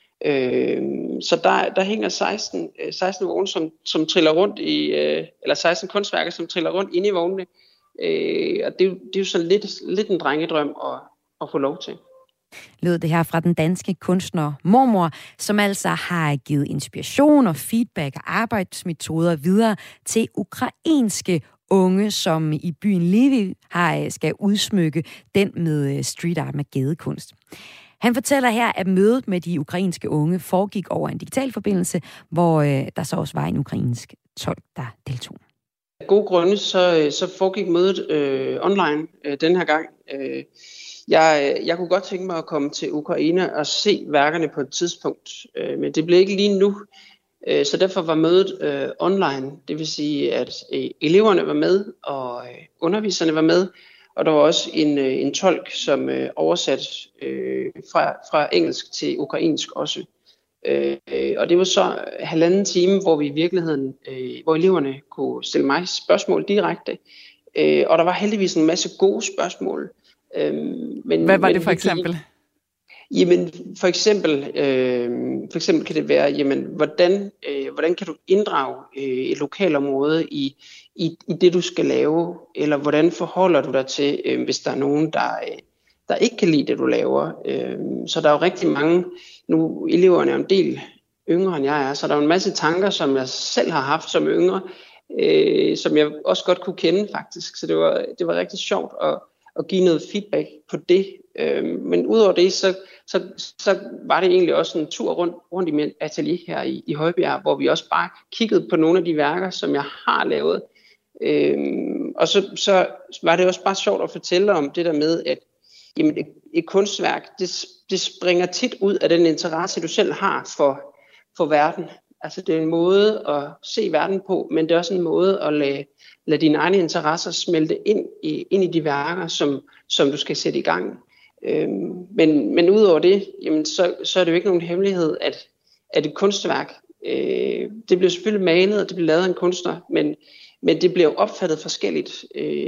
Så der hænger 16 vogne, som triller rundt eller 16 kunstværker, som triller rundt inde i vognene. Og det er jo sådan lidt en drengedrøm at få lov til. Lød det her fra den danske kunstner Mormor, som altså har givet inspiration og feedback og arbejdsmetoder videre til ukrainske unge, som i byen Lviv skal udsmykke den med street art med gadekunst. Han fortæller her, at mødet med de ukrainske unge foregik over en digital forbindelse, hvor der så også var en ukrainsk tolk, der deltog. Af gode grunde så foregik mødet online den her gang. Jeg kunne godt tænke mig at komme til Ukraine og se værkerne på et tidspunkt, men det blev ikke lige nu. Så derfor var mødet online. Det vil sige, at eleverne var med, og underviserne var med. Og der var også en tolk, som oversatte fra engelsk til ukrainsk også. Og det var så 1,5 time, hvor vi i virkeligheden, hvor eleverne kunne stille mig spørgsmål direkte. Og der var heldigvis en masse gode spørgsmål. Hvad var det for eksempel? Jamen, for eksempel kan det være, jamen, hvordan kan du inddrage et lokalområde i det, du skal lave, eller hvordan forholder du dig til, hvis der er nogen, der ikke kan lide det, du laver. Så der er jo rigtig mange, nu eleverne er en del yngre end jeg er, så der er jo en masse tanker, som jeg selv har haft som yngre, som jeg også godt kunne kende faktisk. Så det var rigtig sjovt at give noget feedback på det. Men udover det, så var det egentlig også en tur rundt i mit atelier her i Højbjerg, hvor vi også bare kiggede på nogle af de værker, som jeg har lavet. Og så var det også bare sjovt at fortælle om det der med, at jamen, et kunstværk, det springer tit ud af den interesse, du selv har for verden. Altså det er en måde at se verden på, men det er også en måde at lade dine egne interesser smelte ind i de værker, som du skal sætte i gang. Men udover det, jamen, så er det jo ikke nogen hemmelighed, at et kunstværk, det bliver selvfølgelig malet, og det bliver lavet af en kunstner, men det bliver jo opfattet forskelligt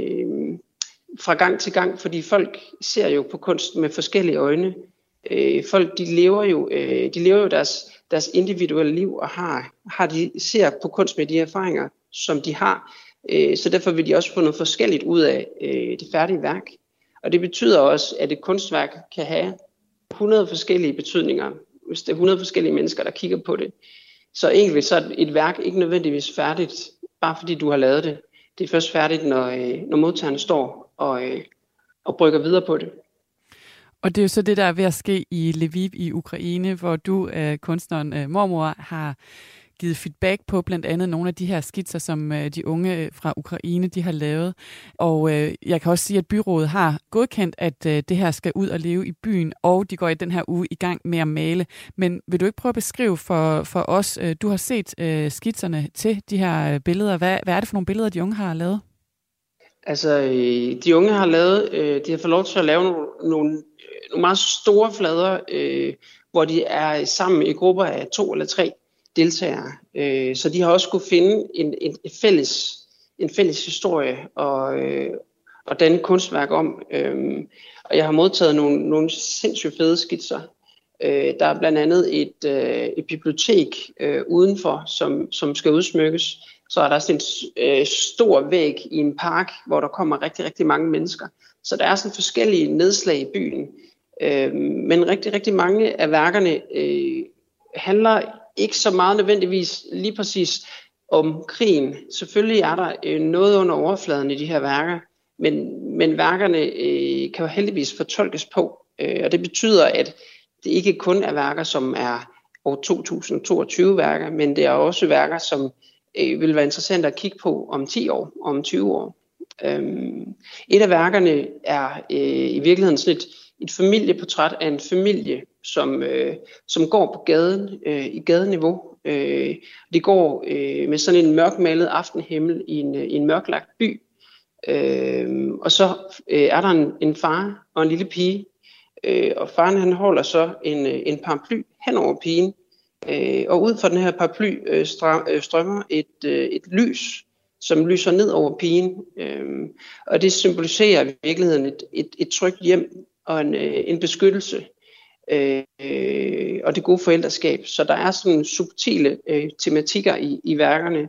fra gang til gang, fordi folk ser jo på kunst med forskellige øjne. Folk de lever jo deres individuelle liv og ser på kunst med de erfaringer, som de har. Så derfor vil de også få noget forskelligt ud af det færdige værk. Og det betyder også, at et kunstværk kan have 100 forskellige betydninger, hvis det er 100 forskellige mennesker, der kigger på det. Så egentlig så er et værk ikke nødvendigvis færdigt, bare fordi du har lavet det. Det er først færdigt, når modtageren står og brygger videre på det. Og det er jo så det, der er ved at ske i Lviv i Ukraine, hvor du, kunstneren Mormor, har givet feedback på blandt andet nogle af de her skitser, som de unge fra Ukraine de har lavet. Og jeg kan også sige, at byrådet har godkendt, at det her skal ud og leve i byen, og de går i den her uge i gang med at male. Men vil du ikke prøve at beskrive for os, du har set skitserne til de her billeder. Hvad er det for nogle billeder, de unge har lavet? Altså, de unge har lavet, de har fået lov til at lave nogle meget store flader, hvor de er sammen i grupper af 2 eller 3. deltagere. Så de har også kunne finde en fælles historie og danne kunstværk om. Og jeg har modtaget nogle sindssygt fede skitser. Der er blandt andet et bibliotek udenfor, som skal udsmykkes. Så er der sådan en stor væg i en park, hvor der kommer rigtig, rigtig mange mennesker. Så der er sådan forskellige nedslag i byen. Men rigtig, rigtig mange af værkerne handler ikke så meget nødvendigvis lige præcis om krigen. Selvfølgelig er der noget under overfladen i de her værker, men værkerne kan jo heldigvis fortolkes på. Og det betyder, at det ikke kun er værker, som er år 2022 værker, men det er også værker, som vil være interessant at kigge på om 10 år, om 20 år. Et af værkerne er i virkeligheden sådan et familieportræt af en familie, som går på gaden i gadeniveau. De går med sådan en mørkmalet aftenhimmel i en mørklagt by. Og så er der en far og en lille pige. Og faren han holder så en paraply hen over pigen. Og ud fra den her paraply strømmer et lys, som lyser ned over pigen. Og det symboliserer i virkeligheden et trygt hjem og en beskyttelse. Og det gode forældreskab. Så der er sådan subtile tematikker i værkerne.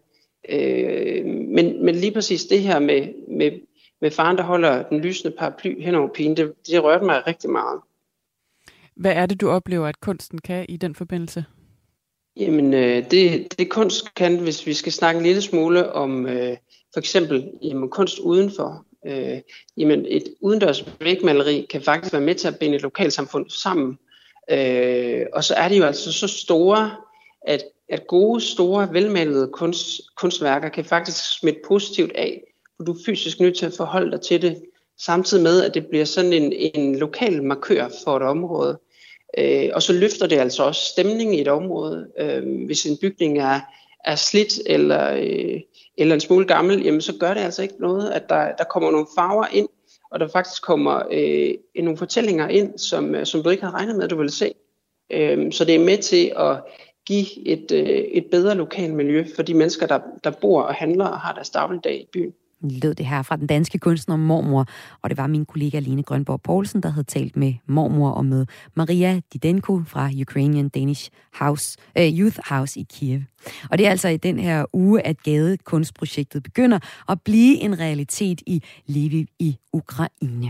Men lige præcis det her med faren, der holder den lysende paraply hen over pigen, det rørte mig rigtig meget. Hvad er det, du oplever, at kunsten kan i den forbindelse? Jamen, det kunst kan, hvis vi skal snakke en lille smule om for eksempel kunst udenfor. Et udendørs vægmaleri kan faktisk være med til at binde et lokalsamfund sammen. Og så er de jo altså så store, at gode, store, velmalede kunstværker kan faktisk smitte positivt af. Du er fysisk nødt til at forholde dig til det, samtidig med, at det bliver sådan en lokal markør for et område. Og så løfter det altså også stemningen i et område. Hvis en bygning er slidt eller en smule gammel, jamen så gør det altså ikke noget, at der kommer nogle farver ind, og der faktisk kommer nogle fortællinger ind, som du ikke havde regnet med, at du ville se. Så det er med til at give et bedre lokalmiljø for de mennesker, der bor og handler og har deres dagligdag i byen. Lød det her fra den danske kunstner Mormor, og det var min kollega Line Grønborg Poulsen, der havde talt med Mormor og med Maria Didenko fra Ukrainian Danish Youth House i Kiev. Og det er altså i den her uge, at gadekunstprojektet begynder at blive en realitet i Lviv i Ukraine.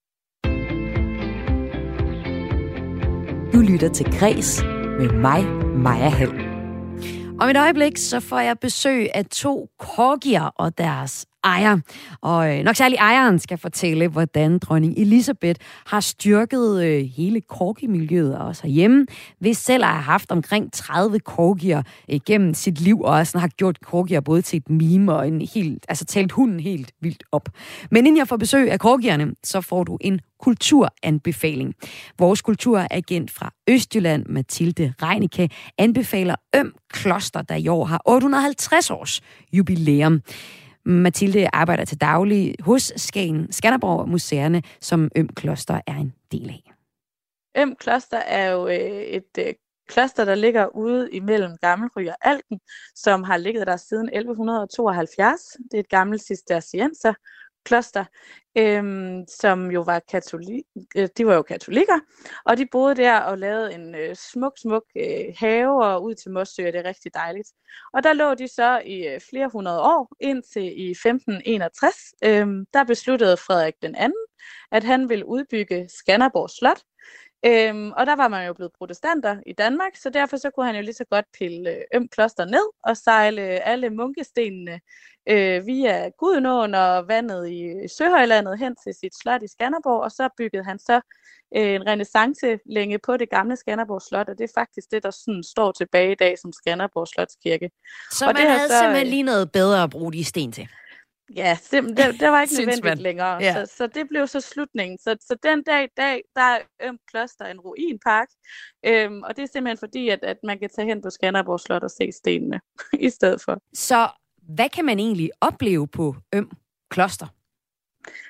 Du lytter til Græs med mig, Maja Hall. Om et øjeblik, så får jeg besøg af 2 corgier og deres ejer. Og nok særlig ejeren skal fortælle, hvordan dronning Elisabeth har styrket hele corgi-miljøet også herhjemme, hvis selv har haft omkring 30 corgier gennem sit liv, og også har gjort corgier både til et meme og talt hunden helt vildt op. Men inden jeg får besøg af corgierne, så får du en kulturanbefaling. Vores kulturagent fra Østjylland, Mathilde Reinicke, anbefaler Øm Kloster, der i år har 850 års jubilæum. Mathilde arbejder til daglig hos Skanderborg Museerne, som Øm Kloster er en del af. Øm Kloster er jo et kloster, der ligger ude imellem Gammelry og Alken, som har ligget der siden 1172. Det er et gammelt cistercienser kloster, som jo var de var jo katolikker, og de boede der og lavede en smuk have og ud til Mossø, og det er rigtig dejligt. Og der lå de så i flere hundrede år, indtil i 1561, der besluttede Frederik den anden, at han ville udbygge Skanderborg Slot. Og der var man jo blevet protestanter i Danmark, så derfor så kunne han jo lige så godt pille Øm Kloster ned og sejle alle munkestenene via Gudenåen og vandet i Søhøjlandet hen til sit slot i Skanderborg, og så byggede han så en renæssancelænge på det gamle Skanderborg Slot, og det er faktisk det, der sådan står tilbage i dag som Skanderborg Slotskirke. Så man havde simpelthen lige noget bedre at bruge de sten til? Ja, det var ikke nødvendigt længere, ja. Så det blev så slutningen. Så den dag i dag, der er Øm Kloster en ruinpark, og det er simpelthen fordi, at man kan tage hen på Skanderborg Slot og se stenene i stedet for. Så hvad kan man egentlig opleve på Øm Kloster?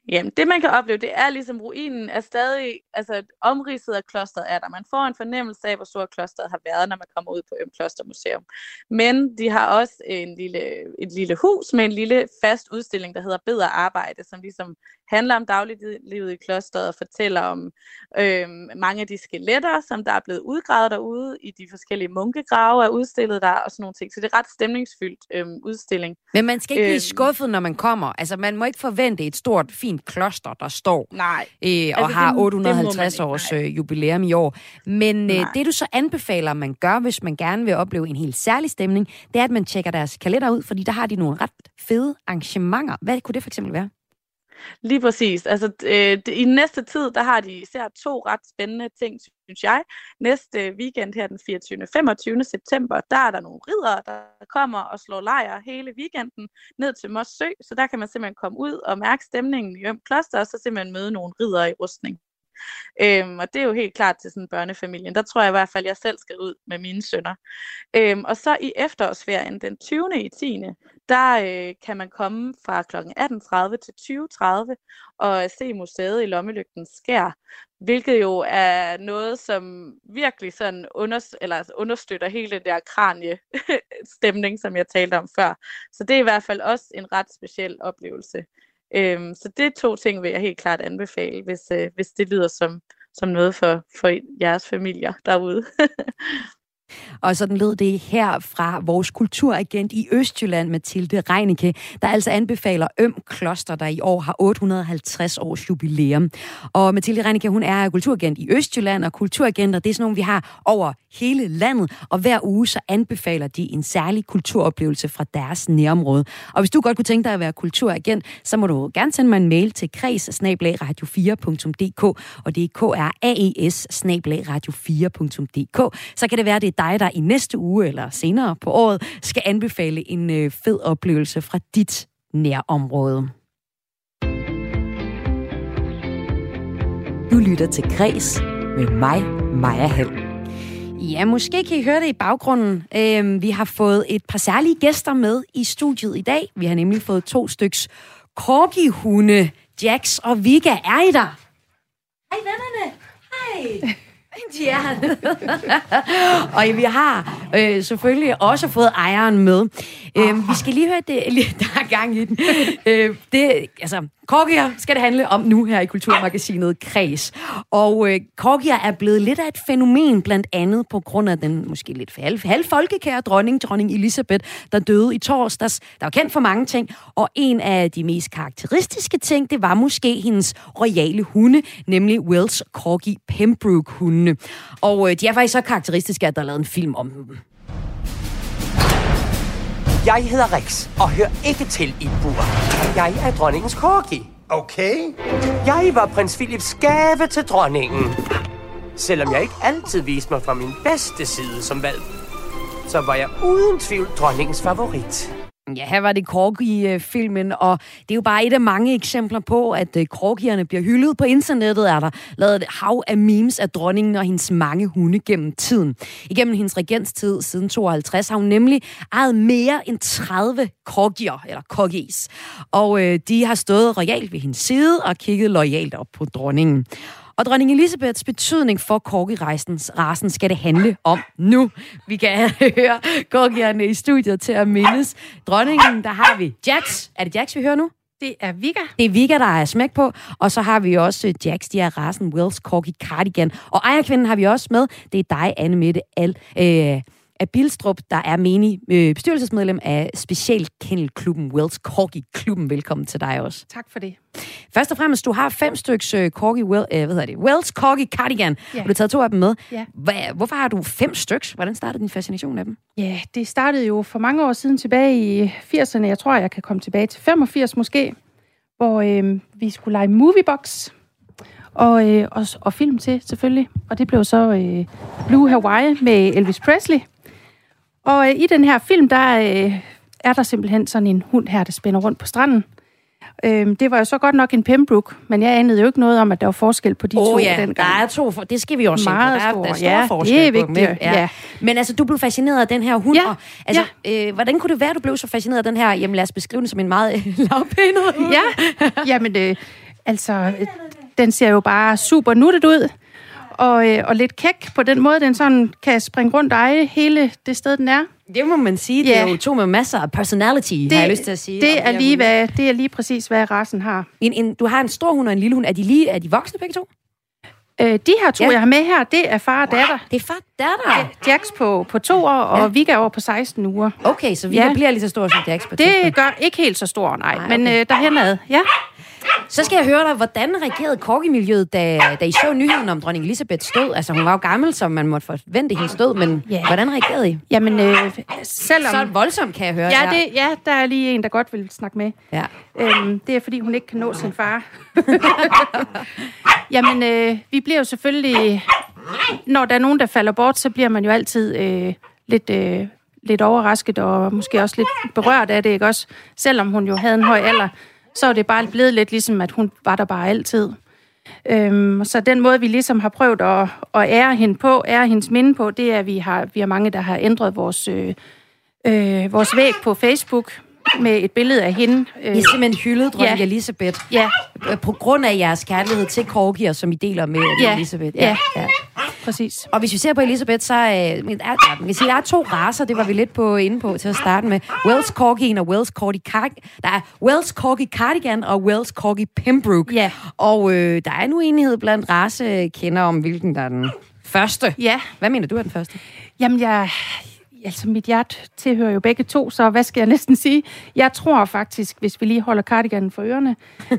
Jamen, det man kan opleve, det er ligesom ruinen er stadig, altså omridset af klosteret er der. Man får en fornemmelse af, hvor stort klosteret har været, når man kommer ud på Klostermuseum. Men de har også et lille hus med en lille fast udstilling, der hedder Bed og Arbejde, som ligesom handler om dagliglivet i klosteret og fortæller om mange af de skeletter, som der er blevet udgravet derude i de forskellige munkegrave er udstillet der og sådan nogle ting. Så det er ret stemningsfyldt udstilling. Men man skal ikke blive skuffet, når man kommer. Altså, man må ikke forvente et stort, fint kloster, der står og har 850 års jubilæum i år. Men det, du så anbefaler, man gør, hvis man gerne vil opleve en helt særlig stemning, det er, at man tjekker deres kalender ud, fordi der har de nogle ret fede arrangementer. Hvad kunne det for eksempel være? Lige præcis. Altså, i næste tid, der har de især 2 ret spændende ting, synes jeg. Næste weekend her den 24. 25. september, der er der nogle riddere, der kommer og slår lejr hele weekenden ned til Moss Sø, så der kan man simpelthen komme ud og mærke stemningen i Kloster, og så simpelthen møde nogle riddere i rustning. Og det er jo helt klart til sådan børnefamilien. Der tror jeg i hvert fald, at jeg selv skal ud med mine sønner. Og så i efterårsferien, den 20. i 10. Der kan man komme fra kl. 18.30 til 20.30 og se museet i Lommelygtens Skær, hvilket jo er noget, som virkelig sådan understøtter hele den der kranie-stemning, som jeg talte om før. Så det er i hvert fald også en ret speciel oplevelse. Så det 2 ting vil jeg helt klart anbefale, hvis det lyder som noget for jeres familier derude. Og sådan lød det her fra vores kulturagent i Østjylland, Mathilde Reinicke, der altså anbefaler Kloster, der i år har 850 års jubilæum. Og Mathilde Reinicke, hun er kulturagent i Østjylland, og kulturagenter, det er sådan nogle, vi har over hele landet, og hver uge så anbefaler de en særlig kulturoplevelse fra deres nærområde. Og hvis du godt kunne tænke dig at være kulturagent, så må du gerne sende mig en mail til kreds@radio4.dk, og det er kraes@radio4.dk. Så kan det være, det er dig, der i næste uge eller senere på året skal anbefale en fed oplevelse fra dit nærområde. Du lytter til Kreds med mig, Maja Hall. Ja, måske kan I høre det i baggrunden. Vi har fået et par særlige gæster med i studiet i dag. Vi har nemlig fået 2 styks corgihunde. Jax og Vigga, er I der? Hej vennerne! Hej! Ja. Og vi har selvfølgelig også fået ejeren med. Vi skal lige høre det, der er gang i den. Corgier skal det handle om nu her i Kulturmagasinet Kreds. Og corgier er blevet lidt af et fænomen, blandt andet på grund af den måske lidt halvfolkekære dronning Elisabeth, der døde i torsdags. Der var kendt for mange ting, og en af de mest karakteristiske ting, det var måske hendes royale hunde, nemlig Welsh Corgi Pembroke-hundene. Og de er faktisk så karakteristiske, at der er lavet en film om dem. Jeg hedder Rex, og hører ikke til i et bur. Jeg er dronningens corgi. Okay. Jeg var prins Philips gave til dronningen. Selvom jeg ikke altid viste mig fra min bedste side som valg, så var jeg uden tvivl dronningens favorit. Ja, her var det corgi-filmen, og det er jo bare et af mange eksempler på, at corgierne bliver hyldet. På internettet er der lavet et hav af memes af dronningen og hendes mange hunde gennem tiden. Igennem hendes regenstid siden 52 har hun nemlig ejet mere end 30 corgier, eller corgis. Og de har stået royalt ved hendes side og kigget loyalt op på dronningen. Og dronning Elisabeths betydning for corgi-racen skal det handle om nu. Vi kan høre corgierne i studiet til at mindes dronningen. Der har vi Jax. Er det Jax, vi hører nu? Det er Vigga. Det er Vigga, der er smæk på. Og så har vi også Jax, de er racen Welsh Corgi Cardigan. Og ejerkvinden har vi også med. Det er dig, Anne-Mette af Bilstrup, der er menig bestyrelsesmedlem af specialkennelklubben Welsh Corgi-klubben. Velkommen til dig også. Tak for det. Først og fremmest, du har 5 styks Welsh Corgi Cardigan, og du har taget 2 af dem med. Ja. Hvorfor har du 5 styks? Hvordan startede din fascination af dem? Ja, det startede jo for mange år siden tilbage i 80'erne. Jeg tror, jeg kan komme tilbage til 85 måske, hvor vi skulle lege Moviebox. Og film til, selvfølgelig. Og det blev så Blue Hawaii med Elvis Presley. Og i den her film, der er der simpelthen sådan en hund her, der spænder rundt på stranden. Det var jo så godt nok en Pembroke, men jeg anede jo ikke noget om, at der var forskel på de 2 dengang. Der er 2, det skal vi også se på. Der er stor forskel det er vigtigt. På dem. Ja. Men altså, du blev fascineret af den her hund. Ja. Og, altså, hvordan kunne det være, du blev så fascineret af den her? Jamen lad os beskrive den som en meget lavpænet hund. Ja, jamen Altså, den ser jo bare super nuttet ud, og lidt kæk på den måde, den sådan kan springe rundt og eje hele det sted, den er. Det må man sige. Det er jo to med masser af personality, har jeg lyst til at sige. Det er lige præcis, hvad racen har. Du har en stor hund og en lille hund. Er de voksne begge to? De her to, jeg har med her, det er far og datter. Det er far og datter? Ja, Jax på 2 år, og Vigga over på 16 uger. Okay, så Vigga bliver lige så stor som Jax på det tidspunkt. Gør ikke helt så stor, nej. Men derhenad, Så skal jeg høre dig, hvordan reagerede corgi-miljøet, da I så nyheden om dronning Elisabeths død? Altså, hun var jo gammel, så man måtte forvente hendes død, men hvordan reagerede I? Jamen, selvom... Så voldsomt, kan jeg høre. Ja, der er lige en, der godt vil snakke med. Ja. Det er, fordi hun ikke kan nå sin far. Jamen, vi bliver jo selvfølgelig... Når der er nogen, der falder bort, så bliver man jo altid lidt overrasket, og måske også lidt berørt af det, ikke også? Selvom hun jo havde en høj alder, så er det bare blevet lidt ligesom, at hun var der bare altid. Så den måde, vi ligesom har prøvet at ære hende på, ære hendes minde på, det er, at vi har mange, der har ændret vores væg på Facebook med et billede af hende. I har simpelthen hyldet dronning Elisabeth. Ja. På grund af jeres kærlighed til corgier, som I deler med Elisabeth. Ja. Præcis. Og hvis vi ser på Elisabeth, så man kan sige, der er 2 racer, det var vi lidt inde på til at starte med. Welsh Corgien og Welsh Corgi der er Welsh Corgi Cardigan og Welsh Corgi Pembroke. Ja. Og der er nu enighed blandt racekender om, hvilken der er den første. Ja. Hvad mener du er den første? Jamen, mit hjerte tilhører jo begge to, så hvad skal jeg næsten sige? Jeg tror faktisk, hvis vi lige holder cardiganen for ørerne,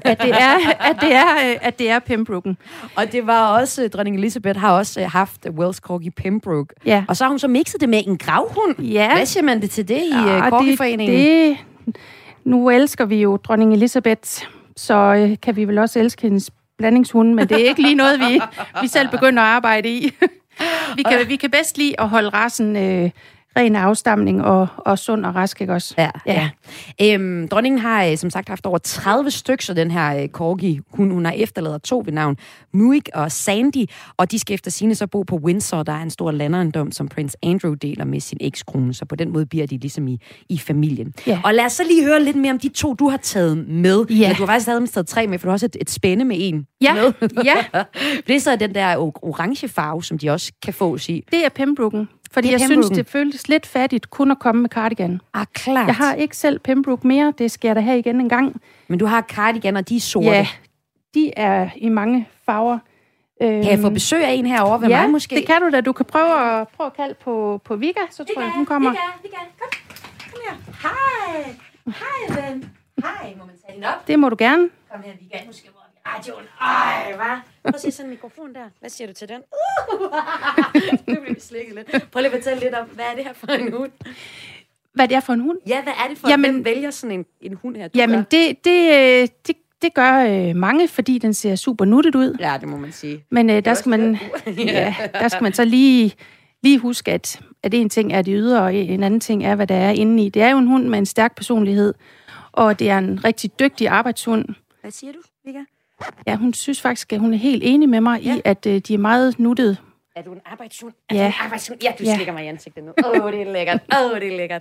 at det er Pembroken. Og det var også, dronning Elisabeth har også haft Welsh Corgi Pembroke. Ja. Og så har hun så mixet det med en gravhund. Ja. Hvad siger man det til det i Corgi-foreningen? Nu elsker vi jo dronning Elisabeth, så kan vi vel også elske hendes blandingshunde, men det er ikke lige noget, vi selv begynder at arbejde i. Vi kan bedst lide at holde racen ren afstamning og sund og rask, ikke også? Ja. Dronningen har som sagt haft over 30 stykker af den her corgi. Hun har efterladet 2 ved navn, Muik og Sandy, og de skal efter sigende så bo på Windsor. Der er en stor landejendom, som prins Andrew deler med sin ekskone, så på den måde bliver de ligesom i familien. Ja. Og lad os så lige høre lidt mere om de 2, du har taget med. Ja. Du har faktisk taget 3 med, for du har også et spænde med en. Ja. Med. Ja. Det er så den der orange farve, som de også kan fås i. Det er Pembroken. Fordi jeg synes, det føltes lidt fattigt kun at komme med cardigan. Klart. Jeg har ikke selv Pembroke mere. Det skal jeg da have igen en gang. Men du har cardigan, og de er sorte. Ja, de er i mange farver. Kan jeg få besøg af en herovre ved mig måske? Ja, det kan du da. Du kan prøve at kalde på Vigga, så tror jeg, hun kommer. Vigga. Kom her. Hej, ven. Hej, må man tage hende op? Det må du gerne. Kom her, Vigga. Nu skal vi i radioen. Hvad? Prøv at se sådan en mikrofon der. Hvad siger du til den? Nu bliver vi slikket lidt. Prøv lige at fortælle lidt om, hvad er det her for en hund? Hvad det er for en hund? Ja, hvad er det for en? Hvem vælger sådan en hund her? Jamen, det gør mange, fordi den ser super nuttet ud. Ja, det må man sige. Men der skal man så lige huske, at en ting er det ydre, og en anden ting er, hvad der er inde i. Det er jo en hund med en stærk personlighed, og det er en rigtig dygtig arbejdshund. Hvad siger du, Vigga? Ja, hun synes faktisk, at hun er helt enig med mig i, at de er meget nuttede. Er du en arbejdshund? Ja. Ja, du slikker mig i ansigtet nu. Det er lækkert. Det er lækkert.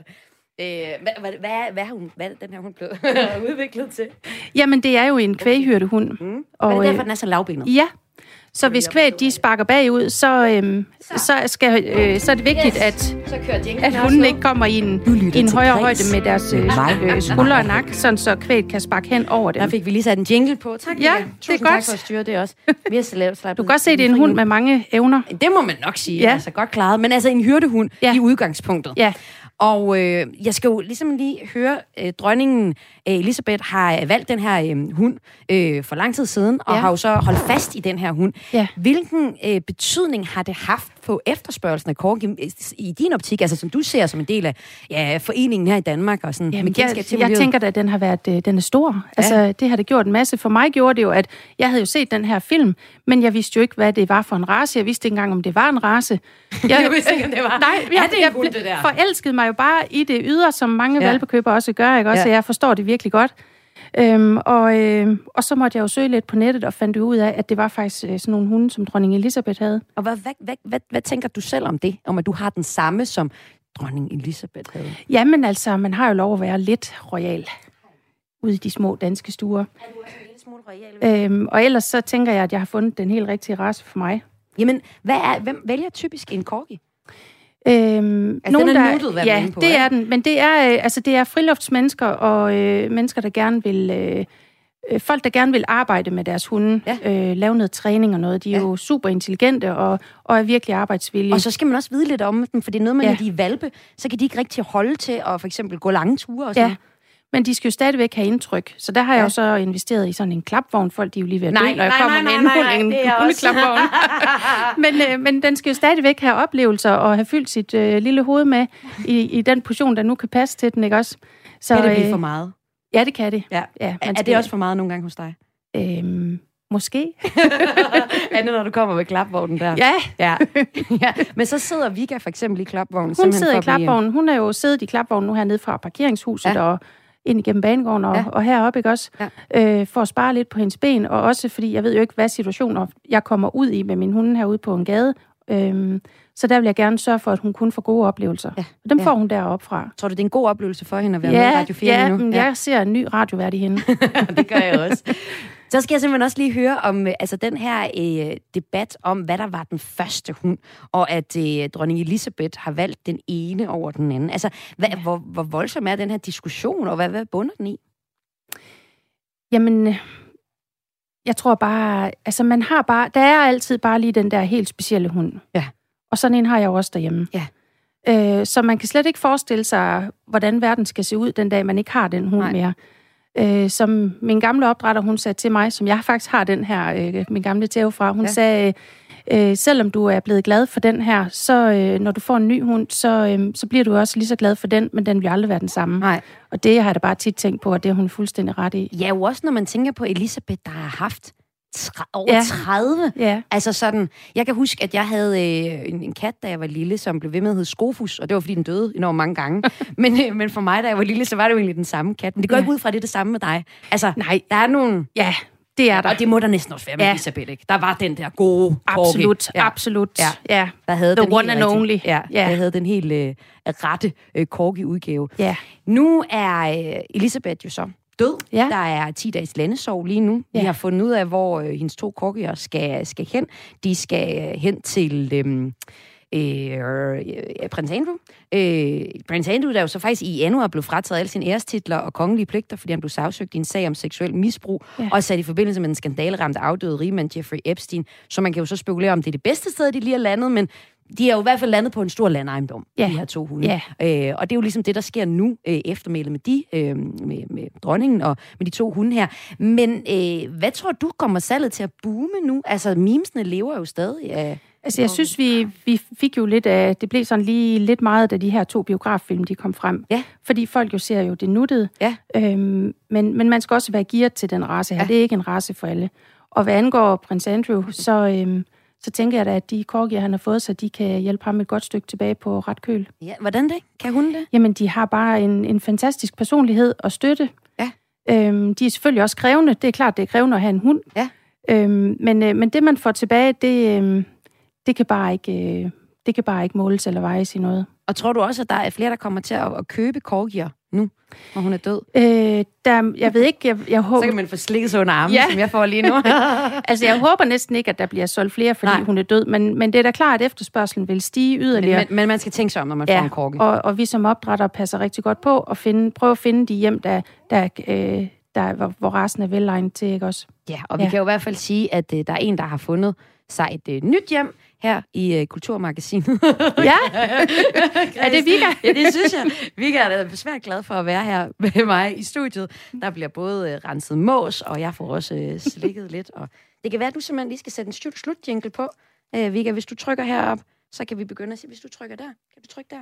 Hvad er den her hund blevet udviklet til? Jamen, det er jo en kvæghyrdehund. Og er det derfor, den er så lavbenet? Ja. Så hvis kvæget de sparker bagud, så er det vigtigt, at hunden ikke kommer i en højere højde med deres skulder og nakke, sådan så kvæget kan sparke hen over det. Der fik vi lige sat en jingle på. Tak, ja, det er godt. Tak for at styre det også. Du kan godt se, at det er en hund med mange evner. Det må man nok sige. Ja. Altså godt klaret. Men altså en hyrdehund i udgangspunktet. Ja. Og jeg skal jo ligesom lige høre, dronningen Elisabeth har valgt den her hund for lang tid siden, og har jo så holdt fast i den her hund. Ja. Hvilken betydning har det haft på efterspørgelsen af corgi i din optik, altså som du ser som en del af foreningen her i Danmark? Og sådan, jamen, jeg tænker da, at den har været den er stor. Ja. Altså, det har det gjort en masse. For mig gjorde det jo, at jeg havde jo set den her film, men jeg vidste jo ikke, hvad det var for en race. Jeg vidste ikke engang, om det var en race. Jeg vidste ikke, om det var. Nej, jeg forelskede mig jo bare i det ydre, som mange hvalpekøbere også gør, ikke? Også, jeg forstår det virkelig godt. Og så måtte jeg jo søge lidt på nettet og fandt ud af, at det var faktisk sådan nogle hunde, som dronning Elisabeth havde. Og hvad tænker du selv om det? Om at du har den samme, som dronning Elisabeth havde? Jamen altså, man har jo lov at være lidt royal ude i de små danske stuer. Er du også en lille smule royal. Og ellers så tænker jeg, at jeg har fundet den helt rigtige race for mig. Jamen, hvem vælger typisk en corgi? Altså, den er nuttet, hvad ja, på, det ikke? er den. Men det er friluftsmennesker og mennesker, der gerne vil... folk, der gerne vil arbejde med deres hunde, lave noget træning og noget. De er jo super intelligente og er virkelig arbejdsvillige. Og så skal man også vide lidt om dem, for det er noget med, når de er valpe, så kan de ikke rigtig holde til at for eksempel gå lange ture og sådan. Ja, men de skal jo stadigvæk have indtryk. Så der har jeg jo så investeret i sådan en klapvogn. Folk, de er jo lige ved at dø, når jeg kommer med en hundeklapvogn. Men den skal jo stadigvæk have oplevelser og have fyldt sit lille hoved med i den portion, der nu kan passe til den, ikke også? Så, kan det blive for meget? Ja, det kan det. Ja. Er det også for meget nogle gange hos dig? Måske. Er det, når du kommer med klapvognen der? Ja. Men så sidder Vika for eksempel i klapvognen. Hun sidder i klapvognen. Hun er jo siddet i klapvognen nu hernede fra parkeringshuset og ind igennem banegården og heroppe, ikke også? Ja. For at spare lidt på hendes ben, og også fordi jeg ved jo ikke, hvad situationer jeg kommer ud i med min hunde herude på en gade. Så der vil jeg gerne sørge for, at hun kun får gode oplevelser. Ja. Og dem får hun deroppe fra. Tror du, det er en god oplevelse for hende at være med i Radio 4 nu? Ja, jeg ser en ny radiovært i hende. Det gør jeg også. Så skal jeg simpelthen også lige høre om den her debat om, hvad der var den første hund, og at dronning Elisabeth har valgt den ene over den anden. Altså, hvor voldsom er den her diskussion, og hvad bunder den i? Jamen, jeg tror bare, altså man har bare, der er altid bare lige den der helt specielle hund. Ja. Og sådan en har jeg jo også derhjemme. Ja. Så man kan slet ikke forestille sig, hvordan verden skal se ud den dag, man ikke har den hund mere. Som min gamle opdrætter, hun sagde til mig, som jeg faktisk har den her, min gamle tæve fra, hun sagde, selvom du er blevet glad for den her, så når du får en ny hund, så bliver du også lige så glad for den, men den vil aldrig være den samme. Nej. Og det har jeg da bare tit tænkt på, og det er hun fuldstændig ret i. Ja, jo også når man tænker på Elisabeth, der har haft over 30. Ja. Altså sådan, jeg kan huske, at jeg havde en kat, da jeg var lille, som blev ved med at hedde Skofus, og det var fordi, den døde enormt mange gange. men for mig, da jeg var lille, så var det jo egentlig den samme kat. Men det går ikke ud fra, det samme med dig. Altså, nej, der er nogen... Ja, det er der. Og det må der næsten også være med Elisabeth, ikke? Der var den der gode Absolut, absolut. Ja. Der havde The den one and only. Ja, der havde den helt rette corgi-udgave. Ja. Nu er Elisabeth jo så død. Ja. Der er 10 dages landesorg lige nu. Vi har fundet ud af, hvor hendes 2 corgier skal hen. De skal hen til Prins Andrew. Prins Andrew, der jo så faktisk i januar blev frataget alle sine ærestitler og kongelige pligter, fordi han blev sagsøgt i en sag om seksuel misbrug, og sat i forbindelse med den skandaleramte afdøde rigmand Jeffrey Epstein. Så man kan jo så spekulere om, det er det bedste sted, de lige er landet, men de er jo i hvert fald landet på en stor landejendom, de her 2 hunde. Og det er jo ligesom det, der sker nu, eftermælet med dronningen og med de 2 hunde her. Men hvad tror du kommer salget til at boome nu? Altså, memesene lever jo stadig. Altså, jeg synes, vi fik jo lidt af... Det blev sådan lige lidt meget, da de her 2 biograffilm, de kom frem. Ja. Fordi folk jo ser jo det nuttede. Ja. Men man skal også være gearet til den race her. Ja. Det er ikke en race for alle. Og hvad angår prins Andrew, så tænker jeg da, at de corgier, han har fået, så de kan hjælpe ham et godt stykke tilbage på ret køl. Ja, hvordan det? Kan hun det? Jamen, de har bare en fantastisk personlighed og støtte. Ja. De er selvfølgelig også krævende. Det er klart, det er krævende at have en hund. Ja. Men det, man får tilbage, det kan bare ikke måles eller vejes i noget. Og tror du også, at der er flere, der kommer til at købe corgier nu, når hun er død? Jeg ved ikke, jeg håber... Så kan man få slikket sig under armen, som jeg får lige nu. Altså, jeg håber næsten ikke, at der bliver solgt flere, fordi hun er død, men det er da klart, at efterspørgselen vil stige yderligere. Men man skal tænke sig om, når man får en corgi. Og vi som opdrætter passer rigtig godt på og prøve at finde de hjem, hvor racen er velegnet til, ikke også? Ja, og vi kan jo i hvert fald sige, at der er en, der har fundet sig et nyt hjem her i Kulturmagasinet. Ja? Er det Vika? Ja, det synes jeg. Vika er da svært glad for at være her med mig i studiet. Der bliver både renset mås, og jeg får også slikket lidt. Og det kan være, at du simpelthen lige skal sætte en slutjingle på. Vika, hvis du trykker herop, så kan vi begynde at sige, hvis du trykker der. Kan du trykke der?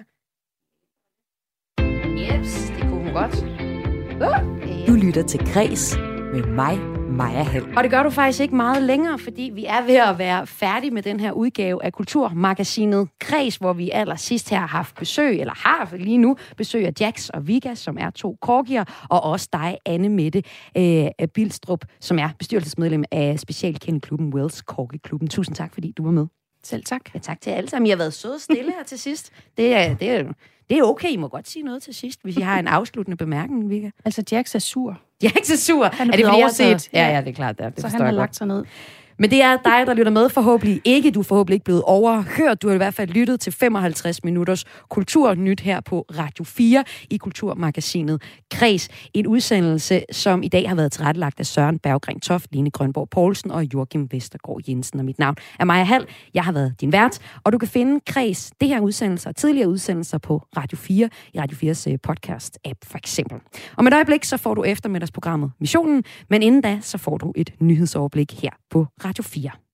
Jeps, det kunne hun godt. Du lytter til Græs med mig, Maja Hall. Og det gør du faktisk ikke meget længere, fordi vi er ved at være færdige med den her udgave af Kulturmagasinet Græs, hvor vi allersidst her har haft besøg, eller har lige nu besøg af Jax og Vika, som er 2 corgier, og også dig, Anne Mette Bilstrup, som er bestyrelsesmedlem af specialkendeklubben Wells Corgi-klubben. Tusind tak, fordi du var med. Selv tak. Ja, tak til alle sammen. I har været søde og stille her til sidst. Det er okay, I må godt sige noget til sidst, hvis I har en afsluttende bemærkning, Vika. Altså, Jax er sur. Jeg er ikke så sur. Han er det fordi, jeg har overtaget. set? Ja, det er klart. Det så han har lagt sig ned. Men det er dig, der lytter med, forhåbentlig ikke. Du er forhåbentlig ikke blevet overhørt. Du har i hvert fald lyttet til 55 minutters kulturnyt her på Radio 4 i Kulturmagasinet Kreds. En udsendelse, som i dag har været tilrettelagt af Søren Berggren Toft, Line Grønborg Poulsen og Joachim Vestergaard Jensen. Og mit navn er Maja Hall. Jeg har været din vært, og du kan finde Kreds, det her udsendelser og tidligere udsendelser på Radio 4 i Radio 4's podcast-app for eksempel. Om et øjeblik, så får du eftermiddagsprogrammet Missionen, men inden da, så får du et nyhedsoverblik her på Radio 4.